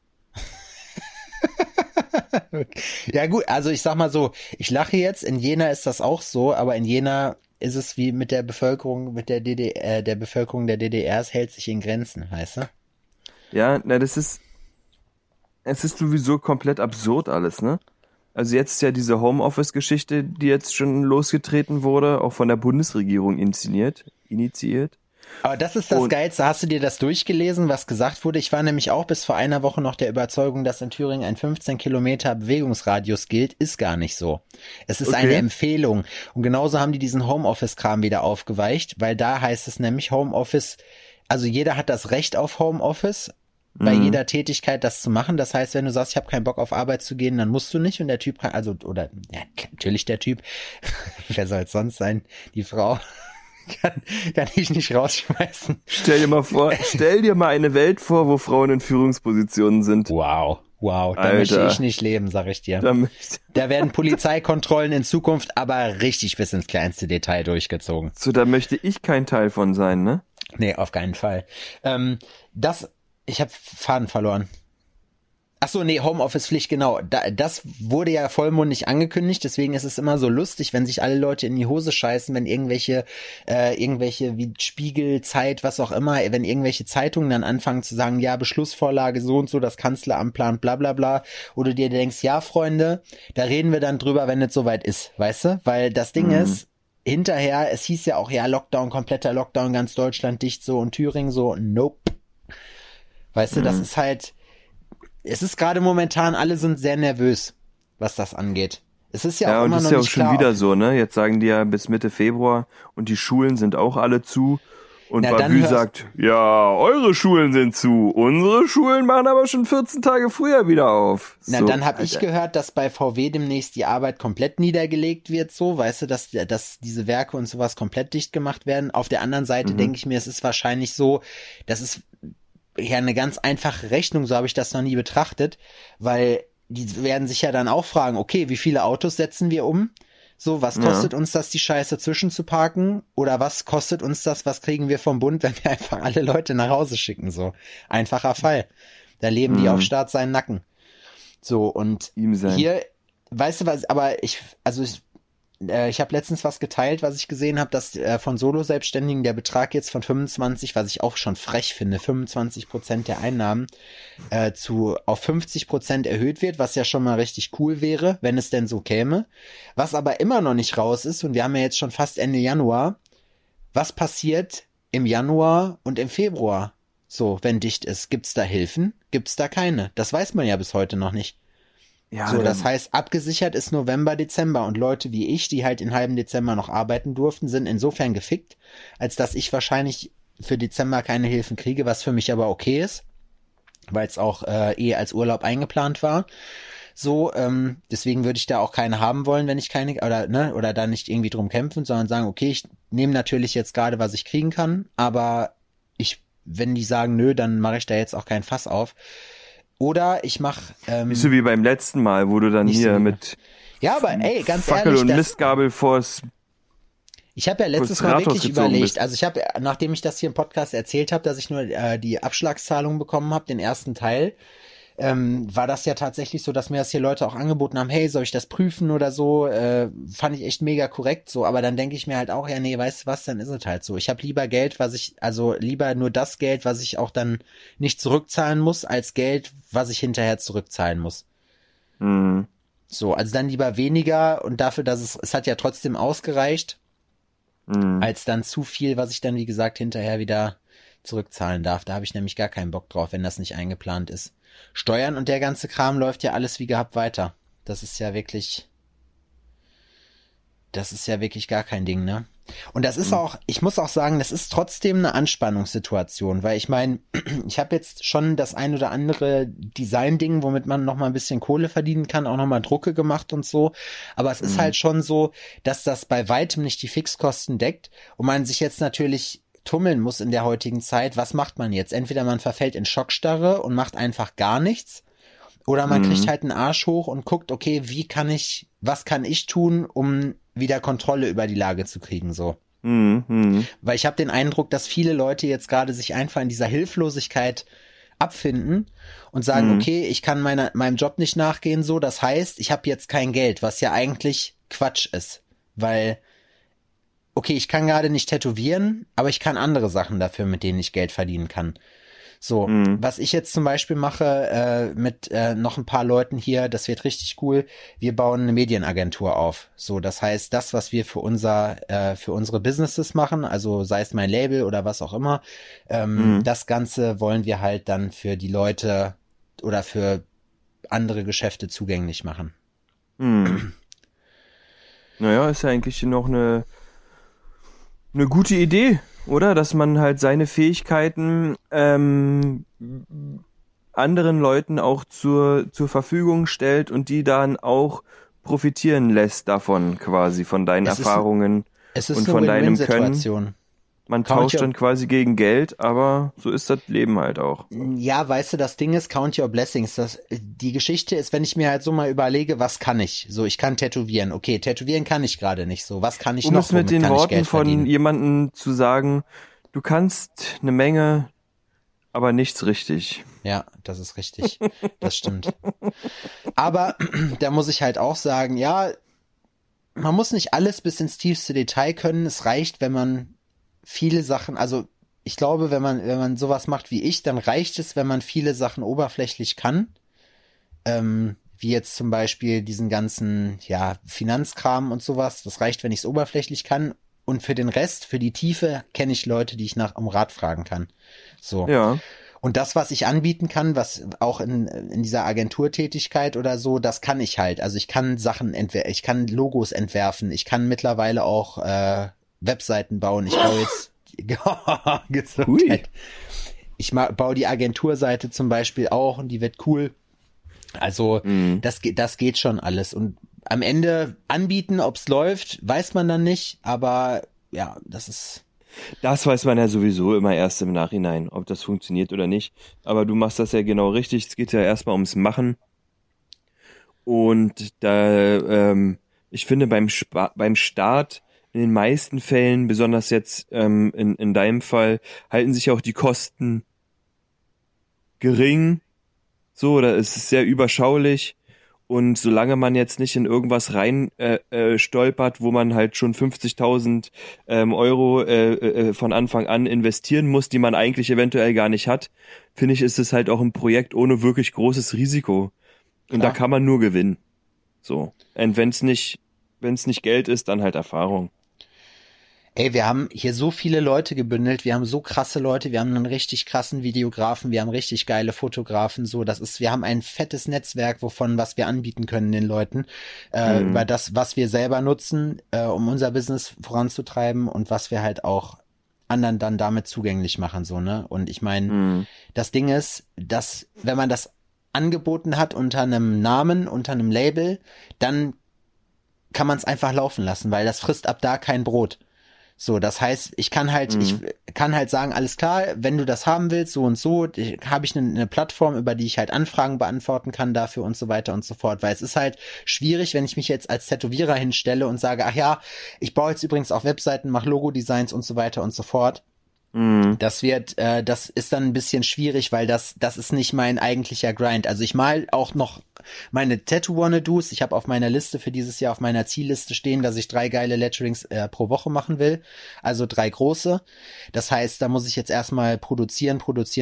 Ja gut, also ich sag mal so, ich lache jetzt, in Jena ist das auch so, aber in Jena ist es wie mit der Bevölkerung, der Bevölkerung der DDR, es hält sich in Grenzen, weißt du? Ja, es ist sowieso komplett absurd alles, ne? Also jetzt ist ja diese Homeoffice-Geschichte, die jetzt schon losgetreten wurde, auch von der Bundesregierung initiiert. Aber das ist das Geilste. Hast du dir das durchgelesen, was gesagt wurde? Ich war nämlich auch bis vor einer Woche noch der Überzeugung, dass in Thüringen ein 15 Kilometer Bewegungsradius gilt. Ist gar nicht so. Es ist eine Empfehlung. Und genauso haben die diesen Homeoffice-Kram wieder aufgeweicht, weil da heißt es nämlich Homeoffice, also jeder hat das Recht auf Homeoffice, bei jeder Tätigkeit das zu machen. Das heißt, wenn du sagst, ich habe keinen Bock auf Arbeit zu gehen, dann musst du nicht. Und der Typ kann, natürlich der Typ, wer soll es sonst sein, die Frau, kann ich nicht rausschmeißen. Stell dir mal eine Welt vor, wo Frauen in Führungspositionen sind. Wow. Wow, da Alter. möchte ich nicht leben, sag ich dir. Da Da werden Polizeikontrollen in Zukunft aber richtig bis ins kleinste Detail durchgezogen. da möchte ich kein Teil von sein, ne? Nee, auf keinen Fall. Ich habe Faden verloren. Ach so, nee, Homeoffice-Pflicht, genau. Das wurde ja vollmundig angekündigt, deswegen ist es immer so lustig, wenn sich alle Leute in die Hose scheißen, wenn irgendwelche wie Spiegel, Zeit, was auch immer, wenn irgendwelche Zeitungen dann anfangen zu sagen, ja, Beschlussvorlage so und so, das Kanzleramt plant, bla bla bla, oder dir denkst, ja, Freunde, da reden wir dann drüber, wenn es soweit ist, weißt du? Weil das Ding ist, hinterher, es hieß ja auch, ja, Lockdown, kompletter Lockdown, ganz Deutschland dicht so und Thüringen so, nope. Weißt du, das ist halt, es ist gerade momentan, alle sind sehr nervös, was das angeht. Es ist ja auch und immer das noch ist ja auch nicht schon klar, wieder so, ne? Jetzt sagen die ja bis Mitte Februar und die Schulen sind auch alle zu. Und Na, dann Bavü hörst- sagt, ja, eure Schulen sind zu. Unsere Schulen machen aber schon 14 Tage früher wieder auf. Na, So, dann habe ich Alter. gehört, dass bei VW demnächst die Arbeit komplett niedergelegt wird, so, weißt du, dass diese Werke und sowas komplett dicht gemacht werden. Auf der anderen Seite denke ich mir, es ist wahrscheinlich so, das ist ja eine ganz einfache Rechnung, so habe ich das noch nie betrachtet, weil die werden sich ja dann auch fragen, okay, wie viele Autos setzen wir um? So, was kostet uns das, die Scheiße zwischenzuparken? Oder was kostet uns das, was kriegen wir vom Bund, wenn wir einfach alle Leute nach Hause schicken? So, einfacher Fall. Da leben die auf Staat seinen Nacken. So, und Ihm sein. hier, weißt du was, aber ich habe letztens was geteilt, was ich gesehen habe, dass von Solo-Selbstständigen der Betrag jetzt von 25, was ich auch schon frech finde, 25% der Einnahmen auf 50% erhöht wird, was ja schon mal richtig cool wäre, wenn es denn so käme. Was aber immer noch nicht raus ist, und wir haben ja jetzt schon fast Ende Januar, was passiert im Januar und im Februar? So, wenn dicht ist, gibt's da Hilfen? Gibt's da keine? Das weiß man ja bis heute noch nicht. Ja, So, das heißt, abgesichert ist November, Dezember und Leute wie ich, die halt in halben Dezember noch arbeiten durften, sind insofern gefickt, als dass ich wahrscheinlich für Dezember keine Hilfen kriege, was für mich aber okay ist, weil es auch als Urlaub eingeplant war. So, deswegen würde ich da auch keine haben wollen, wenn ich keine, oder da nicht irgendwie drum kämpfen, sondern sagen, okay, ich nehme natürlich jetzt gerade, was ich kriegen kann, aber wenn die sagen, nö, dann mache ich da jetzt auch kein Fass auf. Oder ich mache nicht so wie beim letzten Mal, wo du dann Nicht so hier wie- mit ja, aber ey, ganz Fackel ehrlich, und das, Mistgabel vors... ich habe ja letztes kurz Mal Rathaus wirklich gezogen überlegt, bist. also ich habe, nachdem ich das hier im Podcast erzählt habe, dass ich nur die Abschlagszahlung bekommen habe, den ersten Teil, war das ja tatsächlich so, dass mir das hier Leute auch angeboten haben, hey, soll ich das prüfen oder so, fand ich echt mega korrekt so, aber dann denke ich mir halt auch, ja nee, weißt du was, dann ist es halt so. Ich habe lieber Geld, lieber nur das Geld, was ich auch dann nicht zurückzahlen muss, als Geld, was ich hinterher zurückzahlen muss. Mhm. So, also dann lieber weniger und dafür, dass es hat ja trotzdem ausgereicht, als dann zu viel, was ich dann, wie gesagt, hinterher wieder zurückzahlen darf. Da habe ich nämlich gar keinen Bock drauf, wenn das nicht eingeplant ist. Steuern und der ganze Kram läuft ja alles wie gehabt weiter. Das ist ja wirklich gar kein Ding, ne? Und das ist auch, ich muss auch sagen, das ist trotzdem eine Anspannungssituation, weil ich meine, ich habe jetzt schon das ein oder andere Design-Ding, womit man noch mal ein bisschen Kohle verdienen kann, auch noch mal Drucke gemacht und so, aber es ist halt schon so, dass das bei weitem nicht die Fixkosten deckt und man sich jetzt natürlich tummeln muss in der heutigen Zeit. Was macht man jetzt? Entweder man verfällt in Schockstarre und macht einfach gar nichts, oder man kriegt halt einen Arsch hoch und guckt, okay, was kann ich tun, um wieder Kontrolle über die Lage zu kriegen, so. Weil ich habe den Eindruck, dass viele Leute jetzt gerade sich einfach in dieser Hilflosigkeit abfinden und sagen, okay, ich kann meinem Job nicht nachgehen, so, das heißt, ich habe jetzt kein Geld, was ja eigentlich Quatsch ist, weil, okay, ich kann gerade nicht tätowieren, aber ich kann andere Sachen dafür, mit denen ich Geld verdienen kann. So, was ich jetzt zum Beispiel mache mit noch ein paar Leuten hier, das wird richtig cool. Wir bauen eine Medienagentur auf. So, das heißt, das, was wir für unsere Businesses machen, also sei es mein Label oder was auch immer, das Ganze wollen wir halt dann für die Leute oder für andere Geschäfte zugänglich machen. Naja, ist ja eigentlich noch eine gute Idee, oder? Dass man halt seine Fähigkeiten anderen Leuten auch zur Verfügung stellt und die dann auch profitieren lässt davon quasi, von deinen Erfahrungen Es ist und eine von deinem Können. Win-Win-Situation. Man tauscht dann quasi gegen Geld, aber so ist das Leben halt auch. Ja, weißt du, das Ding ist Count Your Blessings. Die Geschichte ist, wenn ich mir halt so mal überlege, was kann ich? So, ich kann tätowieren. Okay, tätowieren kann ich gerade nicht. So, was kann ich noch? Um es mit den Worten von jemandem zu sagen, du kannst eine Menge, aber nichts richtig. Ja, das ist richtig. Das stimmt. Aber da muss ich halt auch sagen, ja, man muss nicht alles bis ins tiefste Detail können. Es reicht, wenn man viele Sachen, also ich glaube, wenn man sowas macht wie ich, dann reicht es, wenn man viele Sachen oberflächlich kann. Wie jetzt zum Beispiel diesen ganzen, ja, Finanzkram und sowas. Das reicht, wenn ich es oberflächlich kann. Und für den Rest, für die Tiefe, kenne ich Leute, die ich um Rat fragen kann. So. Ja. Und das, was ich anbieten kann, was auch in dieser Agenturtätigkeit oder so, das kann ich halt. Also ich kann ich kann Logos entwerfen, ich kann mittlerweile auch Webseiten bauen. Ich baue jetzt Gesundheit. Ich baue die Agenturseite zum Beispiel auch und die wird cool. Also das geht schon alles. Und am Ende anbieten, ob's läuft, weiß man dann nicht. Aber ja, das weiß man ja sowieso immer erst im Nachhinein, ob das funktioniert oder nicht. Aber du machst das ja genau richtig. Es geht ja erstmal ums Machen. Und da, ich finde beim Start in den meisten Fällen, besonders jetzt in deinem Fall, halten sich auch die Kosten gering. So, oder es ist sehr überschaulich. Und solange man jetzt nicht in irgendwas rein stolpert, wo man halt schon 50.000 Euro von Anfang an investieren muss, die man eigentlich eventuell gar nicht hat, finde ich, ist es halt auch ein Projekt ohne wirklich großes Risiko. Und da kann man nur gewinnen. So. Und wenn es nicht Geld ist, dann halt Erfahrung. Ey, wir haben hier so viele Leute gebündelt, wir haben so krasse Leute, wir haben einen richtig krassen Videografen, wir haben richtig geile Fotografen, so, wir haben ein fettes Netzwerk, was wir anbieten können den Leuten, über das, was wir selber nutzen, um unser Business voranzutreiben und was wir halt auch anderen dann damit zugänglich machen, so, ne? Und ich meine, das Ding ist, dass, wenn man das angeboten hat unter einem Namen, unter einem Label, dann kann man es einfach laufen lassen, weil das frisst ab da kein Brot. So, das heißt, ich kann halt sagen, alles klar, wenn du das haben willst, so und so, habe ich eine Plattform, über die ich halt Anfragen beantworten kann dafür und so weiter und so fort, weil es ist halt schwierig, wenn ich mich jetzt als Tätowierer hinstelle und sage, ach ja, ich baue jetzt übrigens auch Webseiten, mache Logo-Designs und so weiter und so fort. Das ist dann ein bisschen schwierig, weil das ist nicht mein eigentlicher Grind. Also ich mal auch noch meine Tattoo-Wanna-Dos. Ich habe auf meiner Liste für dieses Jahr, auf meiner Zielliste stehen, dass ich 3 geile Letterings pro Woche machen will. Also 3 große. Das heißt, da muss ich jetzt erstmal produzieren.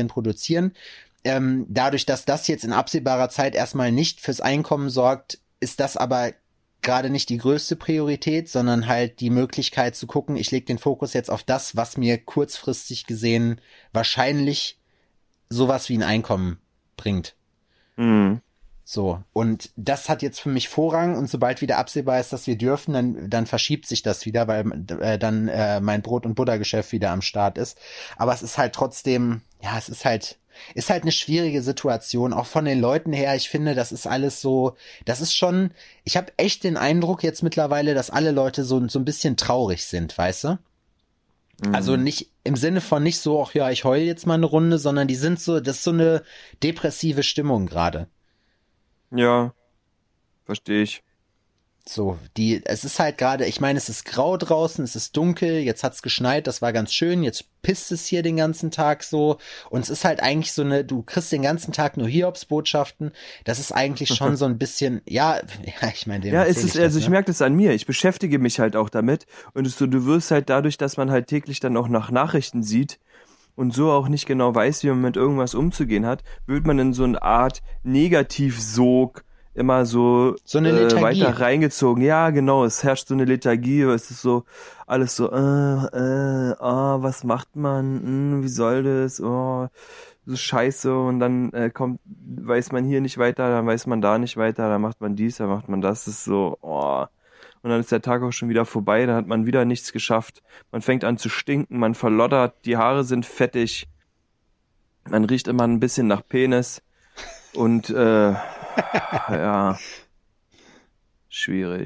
Dadurch, dass das jetzt in absehbarer Zeit erstmal nicht fürs Einkommen sorgt, ist das aber gerade nicht die größte Priorität, sondern halt die Möglichkeit zu gucken, ich lege den Fokus jetzt auf das, was mir kurzfristig gesehen wahrscheinlich sowas wie ein Einkommen bringt. So, und das hat jetzt für mich Vorrang und sobald wieder absehbar ist, dass wir dürfen, dann verschiebt sich das wieder, weil dann mein Brot- und Buttergeschäft wieder am Start ist. Aber es ist halt trotzdem, ja, es ist halt eine schwierige Situation, auch von den Leuten her. Ich finde, das ist alles so, ich habe echt den Eindruck jetzt mittlerweile, dass alle Leute so ein bisschen traurig sind, weißt du? Also nicht im Sinne von nicht so, ach ja, ich heule jetzt mal eine Runde, sondern das ist so eine depressive Stimmung gerade. Ja, verstehe ich. So, es ist halt gerade, ich meine, es ist grau draußen, es ist dunkel, jetzt hat's geschneit, das war ganz schön, jetzt pisst es hier den ganzen Tag so und es ist halt eigentlich du kriegst den ganzen Tag nur Hiobsbotschaften, das ist eigentlich schon so ein bisschen, ja, ich meine, ich merke das an mir, ich beschäftige mich halt auch damit und du wirst halt dadurch, dass man halt täglich dann auch nach Nachrichten sieht und so auch nicht genau weiß, wie man mit irgendwas umzugehen hat, wird man in so eine Art Negativsog immer so eine Lethargie. Weiter reingezogen. Ja, genau, es herrscht so eine Lethargie, es ist so alles so, was macht man, wie soll das, so scheiße und dann weiß man hier nicht weiter, dann weiß man da nicht weiter, dann macht man dies, dann macht man das, ist so, und dann ist der Tag auch schon wieder vorbei, dann hat man wieder nichts geschafft, man fängt an zu stinken, man verloddert, die Haare sind fettig, man riecht immer ein bisschen nach Penis und ja, schwierig.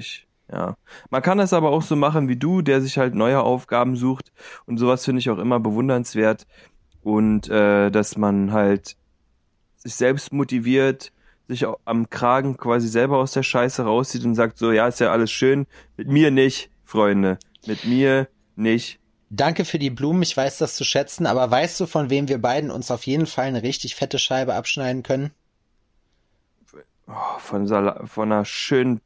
Ja. Man kann das aber auch so machen wie du, der sich halt neue Aufgaben sucht. Und sowas finde ich auch immer bewundernswert. Und dass man halt sich selbst motiviert, sich auch am Kragen quasi selber aus der Scheiße rauszieht und sagt so, ja, ist ja alles schön, mit mir nicht, Freunde, mit mir nicht. Danke für die Blumen, ich weiß das zu schätzen, aber weißt du, von wem wir beiden uns auf jeden Fall eine richtig fette Scheibe abschneiden können? Oh, von einer schönen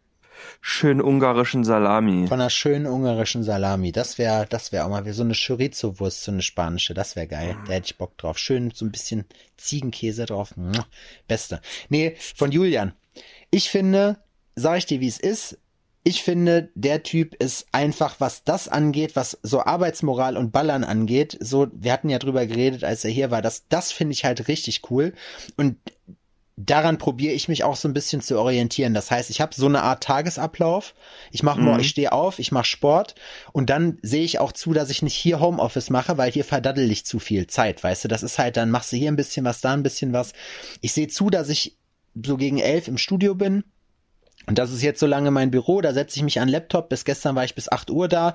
ungarischen Salami. Von einer schönen ungarischen Salami. Das wär auch mal wie so eine Chorizo-Wurst, so eine spanische. Das wäre geil. Da hätte ich Bock drauf. Schön so ein bisschen Ziegenkäse drauf. Beste. Nee, von Julian. Ich finde, sag ich dir, wie es ist, ich finde, der Typ ist einfach, was das angeht, was so Arbeitsmoral und Ballern angeht, so, wir hatten ja drüber geredet, als er hier war, das finde ich halt richtig cool. Und daran probiere ich mich auch so ein bisschen zu orientieren. Das heißt, ich habe so eine Art Tagesablauf. Ich stehe auf, ich mache Sport und dann sehe ich auch zu, dass ich nicht hier Homeoffice mache, weil hier verdaddel ich zu viel Zeit, weißt du? Das ist halt, dann machst du hier ein bisschen was, da ein bisschen was. Ich sehe zu, dass ich so gegen 11 im Studio bin. Und das ist jetzt so lange mein Büro, da setze ich mich an den Laptop, bis gestern war ich bis 8 Uhr da,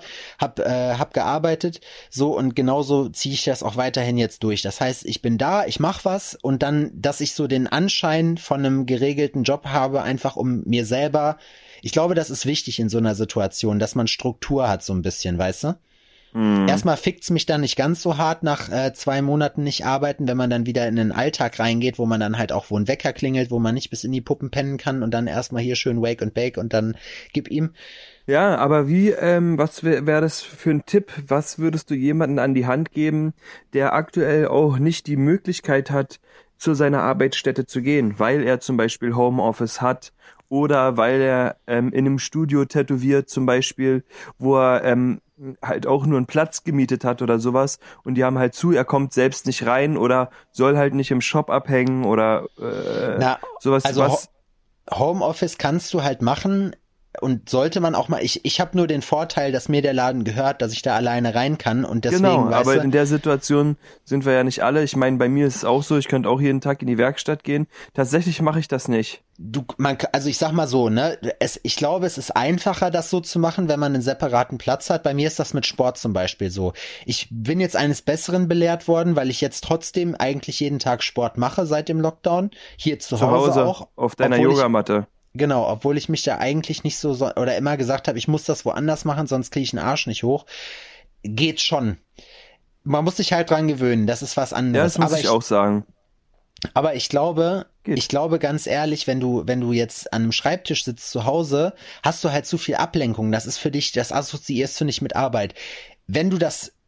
hab gearbeitet, so, und genauso ziehe ich das auch weiterhin jetzt durch. Das heißt, ich bin da, ich mache was und dann, dass ich so den Anschein von einem geregelten Job habe, einfach um mir selber, ich glaube, das ist wichtig in so einer Situation, dass man Struktur hat so ein bisschen, weißt du? Erstmal fickt's mich dann nicht ganz so hart nach 2 Monaten nicht arbeiten, wenn man dann wieder in den Alltag reingeht, wo man dann halt auch, wo ein Wecker klingelt, wo man nicht bis in die Puppen pennen kann und dann erstmal hier schön Wake and Bake und dann gib ihm. Ja, aber was wäre das für ein Tipp? Was würdest du jemanden an die Hand geben, der aktuell auch nicht die Möglichkeit hat, zu seiner Arbeitsstätte zu gehen, weil er zum Beispiel Homeoffice hat oder weil er in einem Studio tätowiert zum Beispiel, wo er halt auch nur einen Platz gemietet hat oder sowas und die haben halt zu, er kommt selbst nicht rein oder soll halt nicht im Shop abhängen oder sowas. Also Homeoffice kannst du halt machen und sollte man auch mal, ich habe nur den Vorteil, dass mir der Laden gehört, dass ich da alleine rein kann und deswegen, genau, aber in der Situation sind wir ja nicht alle. Ich meine, bei mir ist es auch so, ich könnte auch jeden Tag in die Werkstatt gehen. Tatsächlich mache ich das nicht. Also ich sag mal so, ne, ich glaube, es ist einfacher, das so zu machen, wenn man einen separaten Platz hat. Bei mir ist das mit Sport zum Beispiel so. Ich bin jetzt eines Besseren belehrt worden, weil ich jetzt trotzdem eigentlich jeden Tag Sport mache seit dem Lockdown. Hier zu Hause auch. Auf deiner Yogamatte. Genau, obwohl ich mich da eigentlich nicht so oder immer gesagt habe, ich muss das woanders machen, sonst kriege ich den Arsch nicht hoch. Geht schon. Man muss sich halt dran gewöhnen, das ist was anderes. Ja, das muss ich auch sagen. Aber ich glaube ganz ehrlich, wenn du jetzt an einem Schreibtisch sitzt zu Hause, hast du halt zu viel Ablenkung. Das ist für dich, das assoziierst du nicht mit Arbeit. Wenn du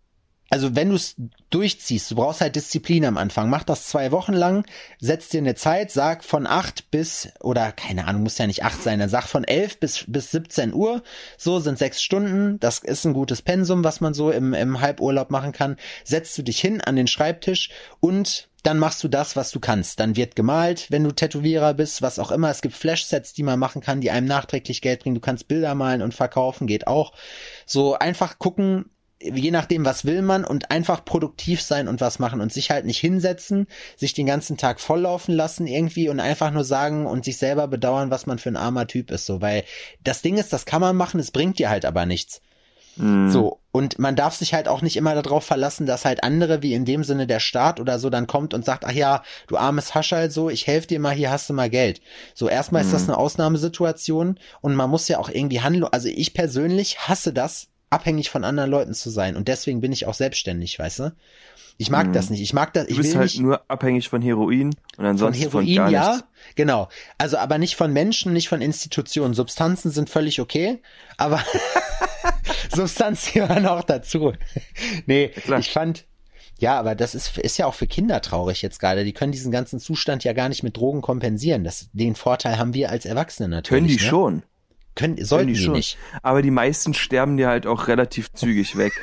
es durchziehst, du brauchst halt Disziplin am Anfang. Mach das 2 Wochen lang, setz dir eine Zeit, sag von 8 bis, oder keine Ahnung, muss ja nicht 8 sein, dann sag von 11 bis 17 Uhr, so sind 6 Stunden, das ist ein gutes Pensum, was man so im Halburlaub machen kann. Setzt du dich hin an den Schreibtisch und dann machst du das, was du kannst. Dann wird gemalt, wenn du Tätowierer bist, was auch immer. Es gibt Flashsets, die man machen kann, die einem nachträglich Geld bringen. Du kannst Bilder malen und verkaufen, geht auch. So einfach gucken, je nachdem, was will man und einfach produktiv sein und was machen und sich halt nicht hinsetzen, sich den ganzen Tag volllaufen lassen irgendwie und einfach nur sagen und sich selber bedauern, was man für ein armer Typ ist, so, weil das Ding ist, das kann man machen, es bringt dir halt aber nichts. So, und man darf sich halt auch nicht immer darauf verlassen, dass halt andere, wie in dem Sinne der Staat oder so, dann kommt und sagt, ach ja, du armes Haschall, so, ich helfe dir mal, hier hast du mal Geld. So, erstmal ist das eine Ausnahmesituation und man muss ja auch irgendwie handeln, also ich persönlich hasse das, abhängig von anderen Leuten zu sein und deswegen bin ich auch selbstständig, weißt du? Ich mag das nicht. Ich mag das. Du bist halt nicht nur abhängig von Heroin und ansonsten von gar nichts. Ja, genau. Also aber nicht von Menschen, nicht von Institutionen. Substanzen sind völlig okay, aber Substanzen gehören auch dazu. Nee, ja, ich fand, ja, aber das ist ja auch für Kinder traurig jetzt gerade. Die können diesen ganzen Zustand ja gar nicht mit Drogen kompensieren. Den Vorteil haben wir als Erwachsene natürlich. Können die schon. Sollten die schon. Nicht. Aber die meisten sterben dir halt auch relativ zügig weg.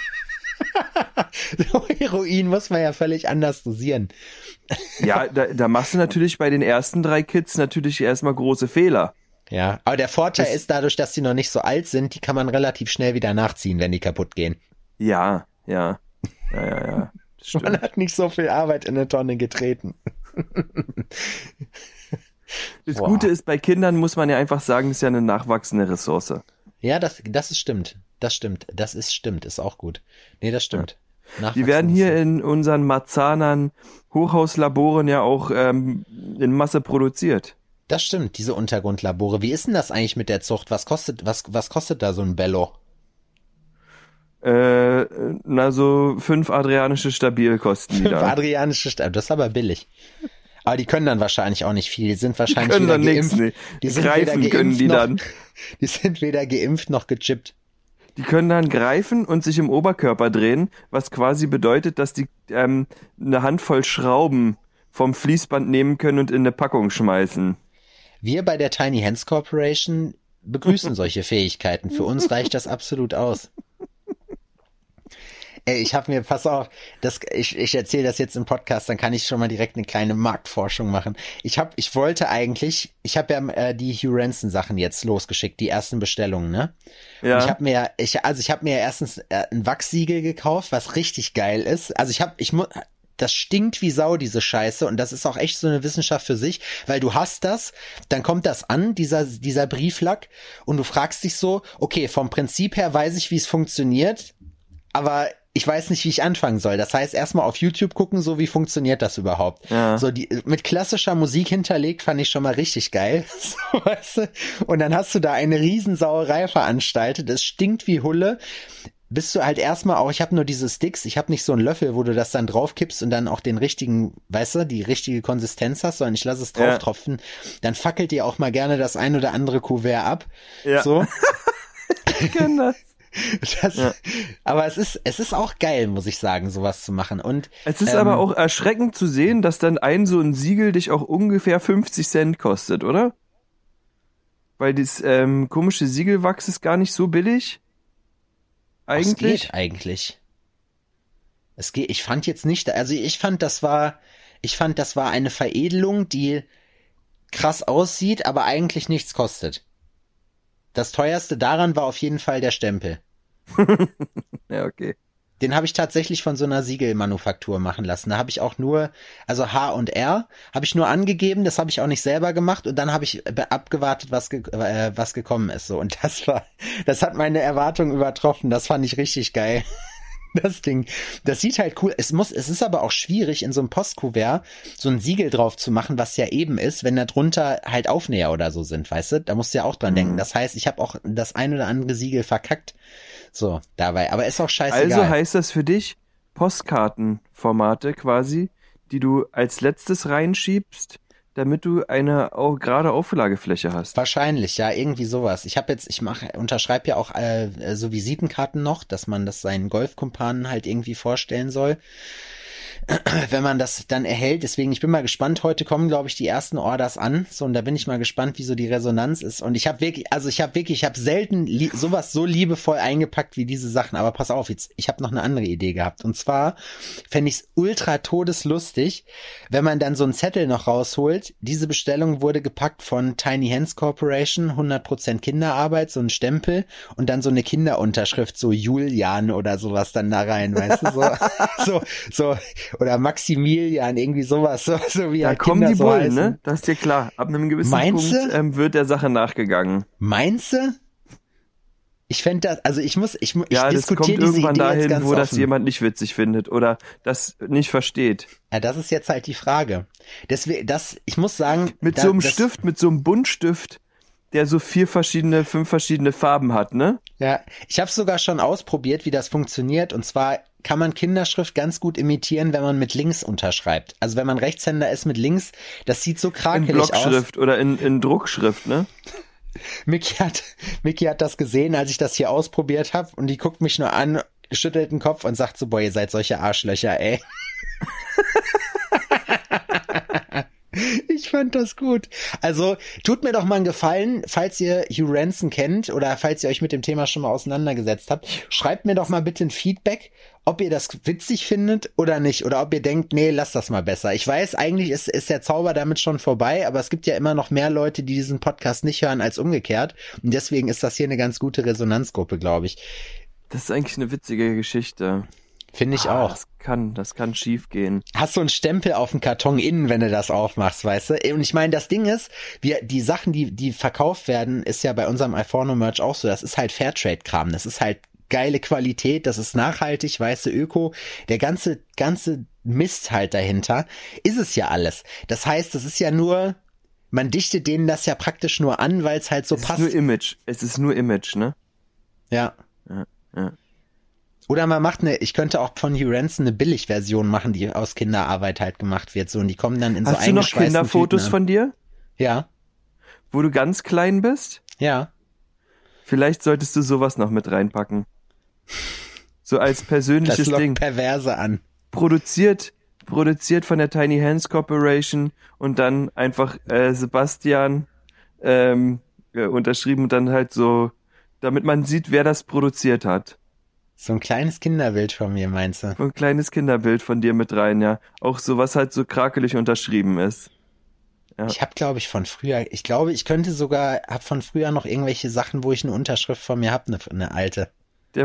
Heroin muss man ja völlig anders dosieren. Ja, da machst du natürlich bei den ersten 3 Kids natürlich erstmal große Fehler. Ja, aber der Vorteil ist dadurch, dass die noch nicht so alt sind, die kann man relativ schnell wieder nachziehen, wenn die kaputt gehen. Ja. Man hat nicht so viel Arbeit in eine Tonne getreten. Das Gute ist, bei Kindern muss man ja einfach sagen, das ist ja eine nachwachsende Ressource. Ja, das ist stimmt. Das stimmt. Ist auch gut. Nee, das stimmt. Die werden hier in unseren Marzahner Hochhauslaboren ja auch in Masse produziert. Das stimmt, diese Untergrundlabore. Wie ist denn das eigentlich mit der Zucht? Was kostet da so ein Bello? So 5 adrianische Stabil kosten die 5 da. adrianische Stabil, das ist aber billig. Aber die können dann wahrscheinlich auch nicht viel. Die sind wahrscheinlich können weder dann geimpft. Nee. Die sind greifen weder geimpft können die noch, dann. Die sind weder geimpft noch gechippt. Die können dann greifen und sich im Oberkörper drehen, was quasi bedeutet, dass die eine Handvoll Schrauben vom Fließband nehmen können und in eine Packung schmeißen. Wir bei der Tiny Hands Corporation begrüßen solche Fähigkeiten. Für uns reicht das absolut aus. Ey, pass auf, ich erzähle das jetzt im Podcast, dann kann ich schon mal direkt eine kleine Marktforschung machen. Ich habe ja die Hugh Ransom Sachen jetzt losgeschickt, die ersten Bestellungen, ne? Ja. Und ich habe mir erstens ein Wachssiegel gekauft, was richtig geil ist. Also das stinkt wie Sau, diese Scheiße, und das ist auch echt so eine Wissenschaft für sich, weil du hast das, dann kommt das an, dieser Brieflack, und du fragst dich so, okay, vom Prinzip her weiß ich, wie es funktioniert, aber ich weiß nicht, wie ich anfangen soll. Das heißt, erstmal auf YouTube gucken, so wie funktioniert das überhaupt. Ja. So mit klassischer Musik hinterlegt, fand ich schon mal richtig geil. So, weißt du? Und dann hast du da eine Riesensauerei veranstaltet. Es stinkt wie Hulle. Bist du halt erstmal auch, ich habe nur diese Sticks, ich habe nicht so einen Löffel, wo du das dann drauf kippst und dann auch den richtigen, weißt du, die richtige Konsistenz hast, sondern ich lasse es drauf tropfen. Dann fackelt dir auch mal gerne das ein oder andere Kuvert ab. Ja. So. Ich kenn das. Aber es ist auch geil, muss ich sagen, sowas zu machen. Und es ist aber auch erschreckend zu sehen, dass dann so ein Siegel dich auch ungefähr 50 Cent kostet, oder? Weil das komische Siegelwachs ist gar nicht so billig. Eigentlich. Es geht eigentlich. Es geht. Ich fand jetzt nicht, also ich fand, das war eine Veredelung, die krass aussieht, aber eigentlich nichts kostet. Das teuerste daran war auf jeden Fall der Stempel. Ja, okay. Den habe ich tatsächlich von so einer Siegelmanufaktur machen lassen. Da habe ich auch nur, also H und R, habe ich nur angegeben, das habe ich auch nicht selber gemacht, und dann habe ich abgewartet, was gekommen ist. So, und das hat meine Erwartungen übertroffen. Das fand ich richtig geil. Das Ding, das sieht halt cool. Es ist aber auch schwierig, in so einem Postkuvert so ein Siegel drauf zu machen, was ja eben ist, wenn da drunter halt Aufnäher oder so sind, weißt du? Da musst du ja auch dran denken. Das heißt, ich habe auch das ein oder andere Siegel verkackt. So, dabei. Aber ist auch scheißegal. Also heißt das für dich Postkartenformate quasi, die du als letztes reinschiebst, damit du eine auch gerade Auflagefläche hast. Wahrscheinlich, ja, irgendwie sowas. Ich unterschreibe ja auch so Visitenkarten noch, dass man das seinen Golfkumpanen halt irgendwie vorstellen soll, wenn man das dann erhält. Deswegen, ich bin mal gespannt. Heute kommen, glaube ich, die ersten Orders an. So, und da bin ich mal gespannt, wie so die Resonanz ist. Und ich habe selten sowas so liebevoll eingepackt wie diese Sachen. Aber pass auf, ich habe noch eine andere Idee gehabt. Und zwar fände ich es ultra todeslustig, wenn man dann so einen Zettel noch rausholt. Diese Bestellung wurde gepackt von Tiny Hands Corporation, 100% Kinderarbeit, so ein Stempel und dann so eine Kinderunterschrift, so Julian oder sowas dann da rein, weißt du, so oder Maximilian, irgendwie sowas, so wie da halt kommen Kinder die so Bullen, heißen. ne? Das ist dir klar. Ab einem gewissen Meinst Punkt wird der Sache nachgegangen. Meinst du? Ich fände das, also ich das kommt diskutiere diese irgendwann Idee dahin, jetzt ganz wo das offen. jemand nicht witzig findet oder das nicht versteht. Ja, das ist jetzt halt die Frage. Ich muss sagen, Mit so einem Buntstift, der so 5 verschiedene Farben hat, ne? Ja, ich habe sogar schon ausprobiert, wie das funktioniert. Und zwar kann man Kinderschrift ganz gut imitieren, wenn man mit links unterschreibt. Also wenn man Rechtshänder ist mit links, das sieht so krakelig in Blockschrift oder in Druckschrift, ne? Micky hat das gesehen, als ich das hier ausprobiert habe, und die guckt mich nur an, schüttelt den Kopf und sagt so, boah, ihr seid solche Arschlöcher, ey. Ich fand das gut. Also, tut mir doch mal einen Gefallen, falls ihr Hugh Ransom kennt oder falls ihr euch mit dem Thema schon mal auseinandergesetzt habt, schreibt mir doch mal bitte ein Feedback, ob ihr das witzig findet oder nicht, oder ob ihr denkt, nee, lasst das mal besser. Ich weiß, eigentlich ist der Zauber damit schon vorbei, aber es gibt ja immer noch mehr Leute, die diesen Podcast nicht hören als umgekehrt, und deswegen ist das hier eine ganz gute Resonanzgruppe, glaube ich. Das ist eigentlich eine witzige Geschichte. Finde ich auch. Das kann schief gehen. Hast du einen Stempel auf dem Karton innen, wenn du das aufmachst, weißt du? Und ich meine, das Ding ist, die Sachen, die verkauft werden, ist ja bei unserem iPhone-Merch auch so, das ist halt Fairtrade-Kram, das ist halt geile Qualität, das ist nachhaltig, weißt du, Öko, der ganze Mist halt dahinter, ist es ja alles. Das heißt, das ist ja nur, man dichtet denen das ja praktisch nur an, weil es halt so passt. Es ist nur Image, ne? Ja. Ja. Oder man macht ich könnte auch von Hugh Ransom eine Billigversion machen, die aus Kinderarbeit halt gemacht wird, so, und die kommen dann in so eingeschweißten Hast du noch Kinderfotos von dir? Ja. Wo du ganz klein bist? Ja. Vielleicht solltest du sowas noch mit reinpacken. So als persönliches das lockt Ding. Perverse an. Produziert von der Tiny Hands Corporation und dann einfach Sebastian unterschrieben und dann halt so, damit man sieht, wer das produziert hat. So ein kleines Kinderbild von mir, meinst du? So ein kleines Kinderbild von dir mit rein, ja. Auch so, was halt so krakelig unterschrieben ist. Ja. Ich habe, glaube ich, von früher, ich glaube, ich könnte sogar, habe von früher noch irgendwelche Sachen, wo ich eine Unterschrift von mir habe, eine alte. Die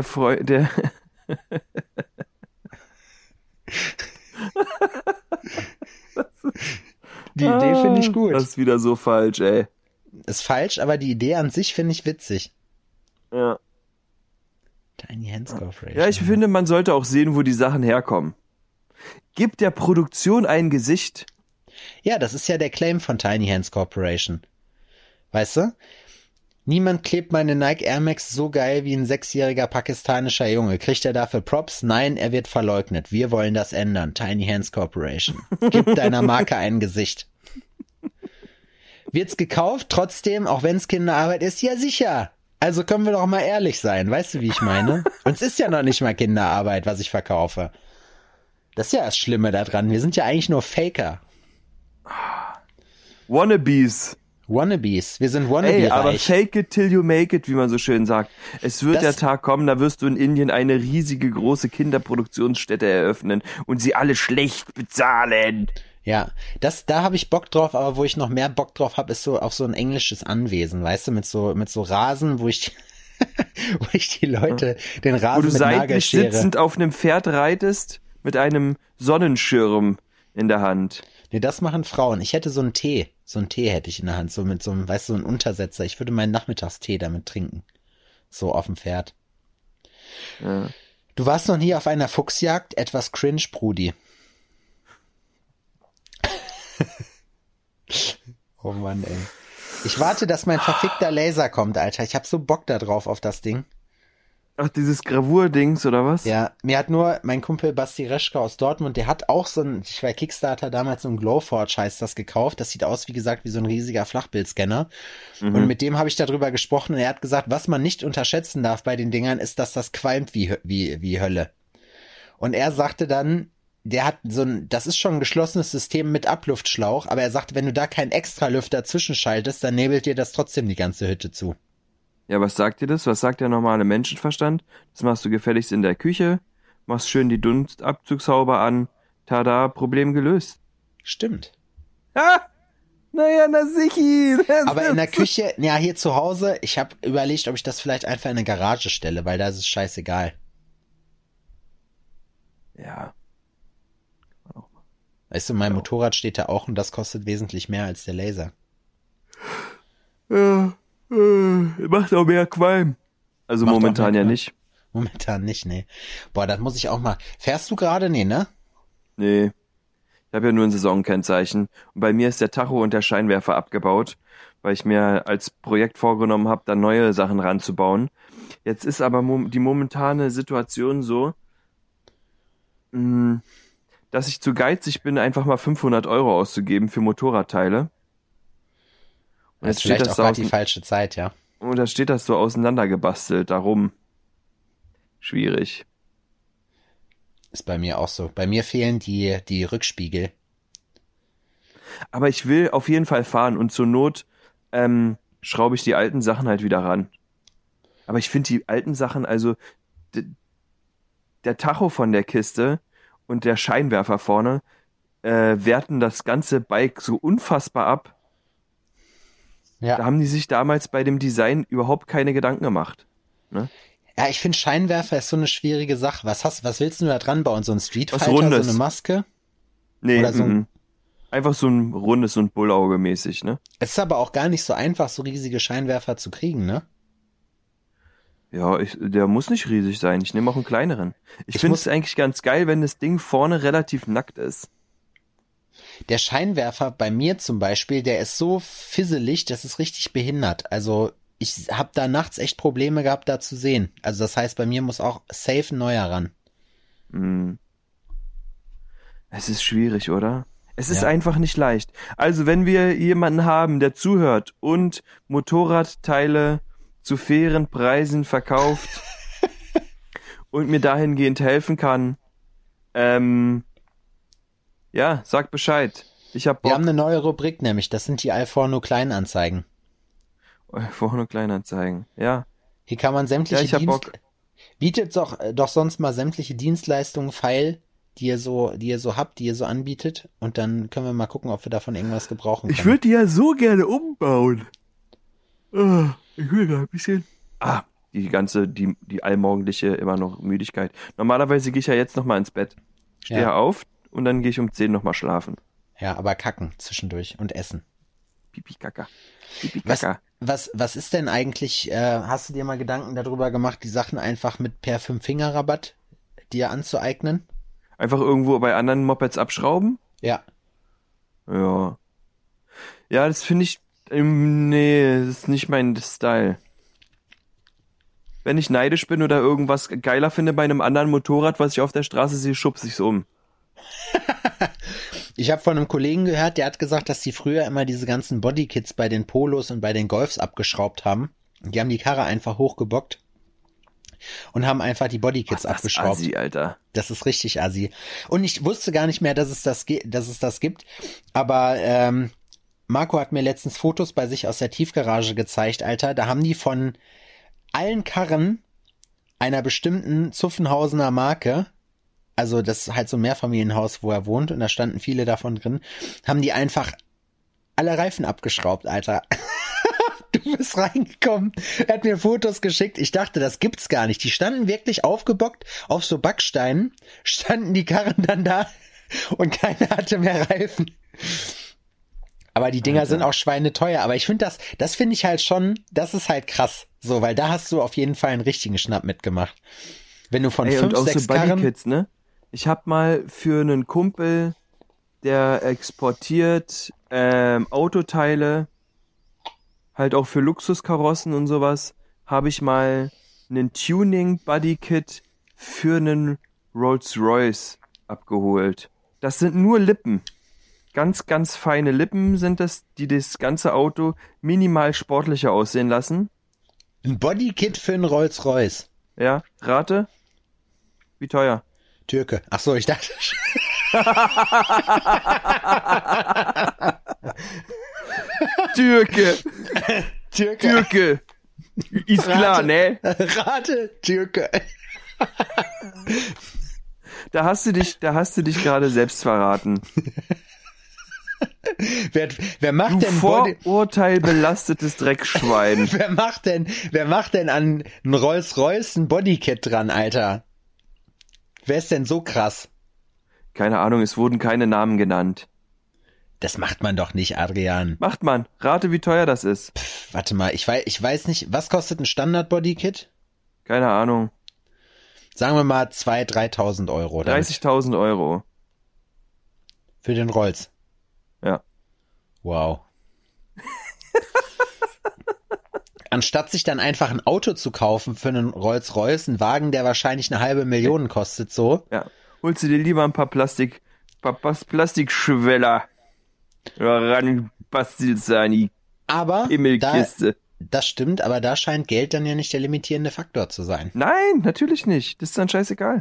Idee finde ich gut. Das ist wieder so falsch, ey. Ist falsch, aber die Idee an sich finde ich witzig. Ja. Tiny Hands Corporation. Ja, ich finde, man sollte auch sehen, wo die Sachen herkommen. Gib der Produktion ein Gesicht. Ja, das ist ja der Claim von Tiny Hands Corporation. Weißt du? Niemand klebt meine Nike Air Max so geil wie ein 6-jähriger pakistanischer Junge. Kriegt er dafür Props? Nein, er wird verleugnet. Wir wollen das ändern. Tiny Hands Corporation. Gib deiner Marke ein Gesicht. Wird's gekauft? Trotzdem, auch wenn's Kinderarbeit ist? Ja, sicher. Also können wir doch mal ehrlich sein. Weißt du, wie ich meine? Uns ist ja noch nicht mal Kinderarbeit, was ich verkaufe. Das ist ja das Schlimme daran. Wir sind ja eigentlich nur Faker. Wannabes. Wir sind wannabe-reich. Ey, aber fake it till you make it, wie man so schön sagt. Es wird der Tag kommen, da wirst du in Indien eine riesige, große Kinderproduktionsstätte eröffnen und sie alle schlecht bezahlen. Ja, da habe ich Bock drauf, aber wo ich noch mehr Bock drauf habe, ist so auf so ein englisches Anwesen, weißt du, mit so Rasen, wo ich die Leute den Rasen mit Nagelschere. Wo du seitlich sitzend auf einem Pferd reitest mit einem Sonnenschirm in der Hand. Nee, das machen Frauen. Ich hätte so einen Tee hätte ich in der Hand, so mit so einem, weißt du, so ein Untersetzer. Ich würde meinen Nachmittagstee damit trinken. So auf dem Pferd. Ja. Du warst noch nie auf einer Fuchsjagd? Etwas cringe, Brudi. Oh Mann, ey. Ich warte, dass mein verfickter Laser kommt, Alter. Ich hab so Bock da drauf auf das Ding. Ach, dieses Gravur-Dings, oder was? Ja, mir hat nur mein Kumpel Basti Reschke aus Dortmund, der hat auch ich war Kickstarter damals so ein Glowforge, heißt das, gekauft. Das sieht aus, wie gesagt, wie so ein riesiger Flachbildscanner. Und mit dem habe ich darüber gesprochen und er hat gesagt, was man nicht unterschätzen darf bei den Dingern, ist, dass das qualmt wie Hölle. Und er sagte dann, der hat das ist schon ein geschlossenes System mit Abluftschlauch, aber er sagte, wenn du da keinen Extralüfter zwischenschaltest, dann nebelt dir das trotzdem die ganze Hütte zu. Ja, was sagt dir das? Was sagt der normale Menschenverstand? Das machst du gefälligst in der Küche, machst schön die Dunstabzugshaube an, tada, Problem gelöst. Stimmt. Ah! Naja, na sicher. Aber in der Küche, ja, hier zu Hause, ich habe überlegt, ob ich das vielleicht einfach in eine Garage stelle, weil da ist es scheißegal. Ja. Weißt du, mein Motorrad steht da auch und das kostet wesentlich mehr als der Laser. Ja. Macht auch mehr Qualm. Also Macht momentan ja nicht. Momentan nicht, nee. Boah, das muss ich auch mal. Fährst du gerade? Nee, ne? Nee. Ich habe ja nur ein Saisonkennzeichen. Und bei mir ist der Tacho und der Scheinwerfer abgebaut, weil ich mir als Projekt vorgenommen habe, da neue Sachen ranzubauen. Jetzt ist aber die momentane Situation so, dass ich zu geizig bin, einfach mal 500 € auszugeben für Motorradteile. Und das ist vielleicht auch gerade die falsche Zeit, ja. Und da steht das so auseinandergebastelt, darum. Schwierig. Ist bei mir auch so. Bei mir fehlen die Rückspiegel. Aber ich will auf jeden Fall fahren und zur Not schraube ich die alten Sachen halt wieder ran. Aber ich finde die alten Sachen, also der Tacho von der Kiste und der Scheinwerfer vorne werten das ganze Bike so unfassbar ab. Ja. Da haben die sich damals bei dem Design überhaupt keine Gedanken gemacht. Ne? Ja, ich finde Scheinwerfer ist so eine schwierige Sache. Was willst du da dran bauen? So ein Street Was Fighter, Rundes. so eine Maske? Nee, Oder so ein- einfach so ein rundes und Bullauge mäßig, ne? Es ist aber auch gar nicht so einfach, so riesige Scheinwerfer zu kriegen, ne? Ja, der muss nicht riesig sein. Ich nehme auch einen kleineren. Ich Ich finde muss- es eigentlich ganz geil, wenn das Ding vorne relativ nackt ist. Der Scheinwerfer bei mir zum Beispiel, der ist so fisselig, das ist richtig behindert. Also ich habe da nachts echt Probleme gehabt, da zu sehen. Also das heißt, bei mir muss auch safe ein neuer ran. Hm. Es ist schwierig, oder? Es ist Ja. einfach nicht leicht. Also, wenn wir jemanden haben, der zuhört und Motorradteile zu fairen Preisen verkauft und mir dahingehend helfen kann, ja, sag Bescheid. Ich hab Wir Bock. haben eine neue Rubrik nämlich, das sind die Alforno Kleinanzeigen. Vorne Kleinanzeigen. Ja. Hier kann man sämtliche Ja, ich hab Bock. Bietet doch sonst mal sämtliche Dienstleistungen feil, die ihr so habt, die ihr so anbietet, und dann können wir mal gucken, ob wir davon irgendwas gebrauchen können. Ich würde die ja so gerne umbauen. Ich will da ein bisschen. Die allmorgendliche immer noch Müdigkeit. Normalerweise gehe ich ja jetzt nochmal ins Bett. Stehe Ja. auf und dann gehe ich um 10 nochmal schlafen. Ja, aber kacken zwischendurch und essen. Pipi Kaka. Pipi Was, Kaka. was ist denn eigentlich, hast du dir mal Gedanken darüber gemacht, die Sachen einfach mit per 5-Finger-Rabatt dir anzueignen? Einfach irgendwo bei anderen Mopeds abschrauben? Ja. Ja. Ja, das finde ich. Nee, das ist nicht mein Style. Wenn ich neidisch bin oder irgendwas geiler finde bei einem anderen Motorrad, was ich auf der Straße sehe, schubse ich's um. Ich habe von einem Kollegen gehört, der hat gesagt, dass die früher immer diese ganzen Bodykits bei den Polos und bei den Golfs abgeschraubt haben. Die haben die Karre einfach hochgebockt und haben einfach die Bodykits Das abgeschraubt. Assi, Alter. Das ist richtig assi. Und ich wusste gar nicht mehr, dass es das gibt. Aber Marco hat mir letztens Fotos bei sich aus der Tiefgarage gezeigt, Alter. Da haben die von allen Karren einer bestimmten Zuffenhausener Marke, also das ist halt so ein Mehrfamilienhaus, wo er wohnt, und da standen viele davon drin, haben die einfach alle Reifen abgeschraubt, Alter. Du bist reingekommen. Er hat mir Fotos geschickt. Ich dachte, das gibt's gar nicht. Die standen wirklich aufgebockt auf so Backsteinen, standen die Karren dann da und keiner hatte mehr Reifen. Aber die Dinger Alter. sind auch schweineteuer. Aber ich finde das finde ich halt schon, das ist halt krass. So, weil da hast du auf jeden Fall einen richtigen Schnapp mitgemacht. Wenn du von Ey, 5, und auch 6 so Karren... Bodykits, ne? Ich hab mal für einen Kumpel, der exportiert Autoteile, halt auch für Luxuskarossen und sowas, habe ich mal einen Tuning-Bodykit für einen Rolls-Royce abgeholt. Das sind nur Lippen. Ganz, ganz feine Lippen sind das, die das ganze Auto minimal sportlicher aussehen lassen. Ein Bodykit für einen Rolls-Royce. Ja, rate? Wie teuer? Türke. Ach so, ich dachte... Türke! Türke. Türke! Ist klar, ne? Rate, Türke. Da hast du dich gerade selbst verraten. Wer macht Du denn vorurteilbelastetes Dreckschwein. wer macht denn an einen Rolls-Royce ein Bodykit dran, Alter? Wer ist denn so krass? Keine Ahnung, es wurden keine Namen genannt. Das macht man doch nicht, Adrian. Macht man. Rate, wie teuer das ist. Warte mal, ich weiß nicht, was kostet ein Standard-Bodykit? Keine Ahnung. Sagen wir mal 2.000, 3.000 Euro. damit. 30.000 Euro. Für den Rolls. Ja. Wow. Anstatt sich dann einfach ein Auto zu kaufen für einen Rolls-Royce, einen Wagen, der wahrscheinlich 500.000 kostet, so. Ja. Holst du dir lieber ein paar Plastikschweller. Ran bastelst du an die Aber Himmelkiste. das stimmt, aber da scheint Geld dann ja nicht der limitierende Faktor zu sein. Nein, natürlich nicht. Das ist dann scheißegal.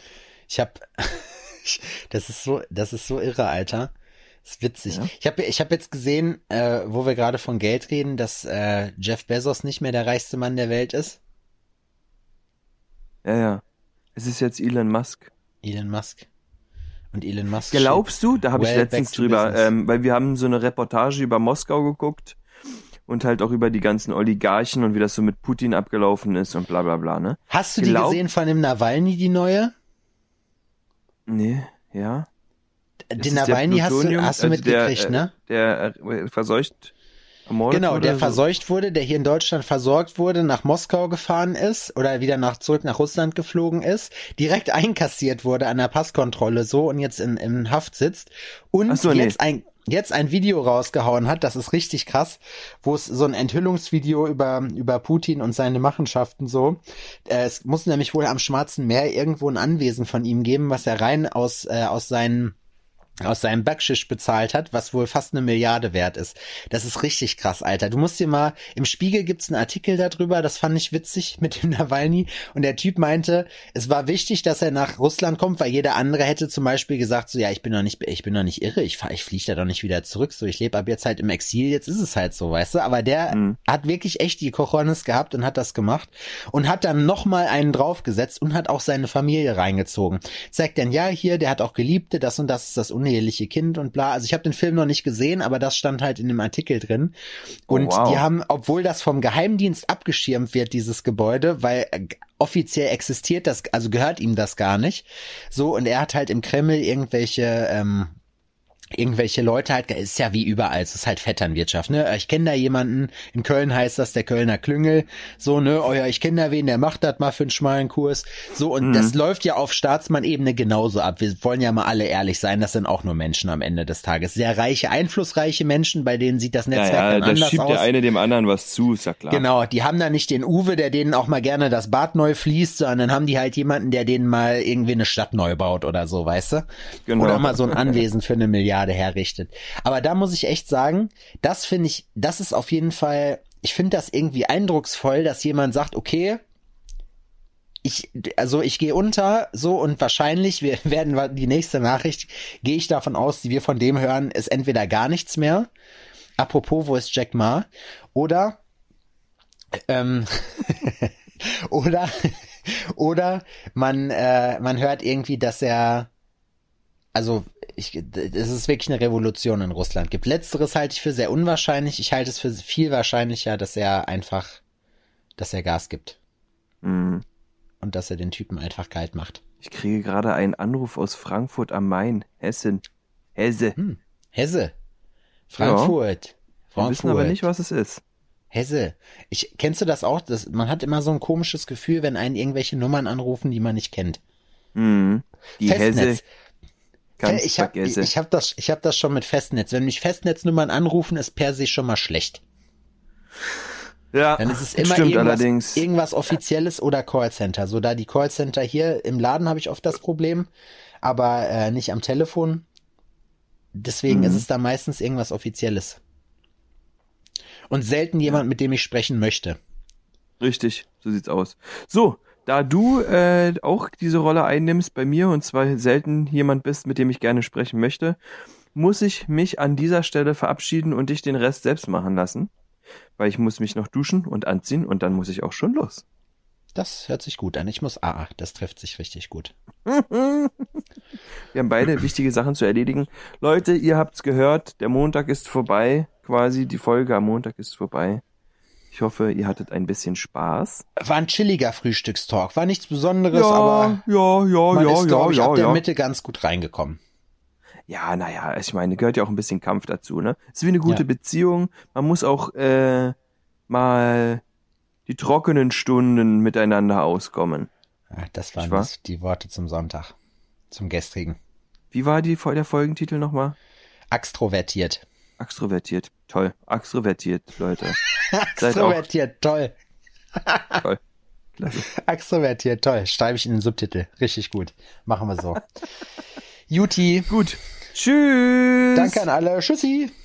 Das ist so irre, Alter. Das ist witzig. Ja. Ich hab jetzt gesehen, wo wir gerade von Geld reden, dass Jeff Bezos nicht mehr der reichste Mann der Welt ist. Ja, ja. Es ist jetzt Elon Musk. Elon Musk. Und Elon Musk. Glaubst du, da habe ich Well, letztens back to drüber, business. weil wir haben so eine Reportage über Moskau geguckt und halt auch über die ganzen Oligarchen und wie das so mit Putin abgelaufen ist und bla bla bla, ne? Hast du die gesehen von dem Nawalny, die neue? Nee, ja. Den Nawalny hast du mitgekriegt, ne? Der verseucht ermordet genau, wurde, der so. verseucht wurde, der hier in Deutschland versorgt wurde, nach Moskau gefahren ist oder wieder zurück nach Russland geflogen ist, direkt einkassiert wurde an der Passkontrolle so und jetzt in Haft sitzt und jetzt ein Video rausgehauen hat, das ist richtig krass, wo es so ein Enthüllungsvideo über Putin und seine Machenschaften so. Es muss nämlich wohl am Schwarzen Meer irgendwo ein Anwesen von ihm geben, was er rein aus seinem Backschisch bezahlt hat, was wohl fast 1 Milliarde wert ist. Das ist richtig krass, Alter. Du musst dir mal, im Spiegel gibt's einen Artikel darüber, das fand ich witzig mit dem Nawalny. Und der Typ meinte, es war wichtig, dass er nach Russland kommt, weil jeder andere hätte zum Beispiel gesagt, so, ja, ich bin doch nicht irre, ich fliege da doch nicht wieder zurück, so, ich lebe ab jetzt halt im Exil, jetzt ist es halt so, weißt du. Aber der hat wirklich echt die Cojones gehabt und hat das gemacht und hat dann nochmal einen draufgesetzt und hat auch seine Familie reingezogen. Zeigt dann, ja, hier, der hat auch Geliebte, das und das ist das uneheliche Kind und bla. Also ich habe den Film noch nicht gesehen, aber das stand halt in dem Artikel drin. Und die haben, obwohl das vom Geheimdienst abgeschirmt wird, dieses Gebäude, weil offiziell existiert das, also gehört ihm das gar nicht. So, und er hat halt im Kreml irgendwelche Leute halt, ist ja wie überall, es ist halt Vetternwirtschaft, ne? Ich kenne da jemanden, in Köln heißt das der Kölner Klüngel, so, ne, ich kenne da wen, der macht das mal für einen schmalen Kurs, so, und das läuft ja auf Staatsmann-Ebene genauso ab. Wir wollen ja mal alle ehrlich sein, das sind auch nur Menschen am Ende des Tages. Sehr reiche, einflussreiche Menschen, bei denen sieht das Netzwerk dann anders aus. Da schiebt der eine dem anderen was zu, ist ja klar. Genau, die haben da nicht den Uwe, der denen auch mal gerne das Bad neu fließt, sondern dann haben die halt jemanden, der denen mal irgendwie eine Stadt neu baut oder so, weißt du? Genau. Oder mal so ein Anwesen für 1 Milliarde herrichtet. Aber da muss ich echt sagen, das finde ich, das ist auf jeden Fall, ich finde das irgendwie eindrucksvoll, dass jemand sagt, okay, ich gehe unter, so, und wahrscheinlich, die nächste Nachricht, gehe ich davon aus, die wir von dem hören, ist entweder gar nichts mehr. Apropos, wo ist Jack Ma? Oder, oder man hört irgendwie, dass er, also es ist wirklich eine Revolution in Russland gibt. Letzteres halte ich für sehr unwahrscheinlich. Ich halte es für viel wahrscheinlicher, dass er Gas gibt. Mhm. Und dass er den Typen einfach kalt macht. Ich kriege gerade einen Anruf aus Frankfurt am Main, Hessen. Hesse. Hesse. Frankfurt. Wir wissen aber nicht, was es ist. Hesse. Kennst du das auch? Man hat immer so ein komisches Gefühl, wenn einen irgendwelche Nummern anrufen, die man nicht kennt. Mhm. Die Festnetz. Hesse. Ich hab das schon mit Festnetz. Wenn mich Festnetznummern anrufen, ist per se schon mal schlecht. Ja, dann ist es immer irgendwas Offizielles oder Callcenter. So, da die Callcenter hier im Laden habe ich oft das Problem, aber nicht am Telefon. Deswegen ist es da meistens irgendwas Offizielles. Und selten jemand, mit dem ich sprechen möchte. Richtig, so sieht's aus. So, da du auch diese Rolle einnimmst bei mir und zwar selten jemand bist, mit dem ich gerne sprechen möchte, muss ich mich an dieser Stelle verabschieden und dich den Rest selbst machen lassen, weil ich muss mich noch duschen und anziehen und dann muss ich auch schon los. Das hört sich gut an. Das trifft sich richtig gut. Wir haben beide wichtige Sachen zu erledigen. Leute, ihr habt's gehört, der Montag ist vorbei, quasi die Folge am Montag ist vorbei. Ich hoffe, ihr hattet ein bisschen Spaß. War ein chilliger Frühstückstalk. War nichts Besonderes, aber man ist, glaube ich, ab der Mitte ganz gut reingekommen. Ja, naja, ich meine, gehört ja auch ein bisschen Kampf dazu, ne? Ist wie eine gute Beziehung. Man muss auch mal die trockenen Stunden miteinander auskommen. Ja, das waren die Worte zum Sonntag. Zum gestrigen. Wie war der Folgentitel nochmal? Extrovertiert. Extrovertiert, toll. Extrovertiert, Leute. Extrovertiert, toll. Toll. Klasse. Extrovertiert, toll. Schreibe ich in den Subtitel. Richtig gut. Machen wir so. Juti. Gut. Tschüss. Danke an alle. Tschüssi.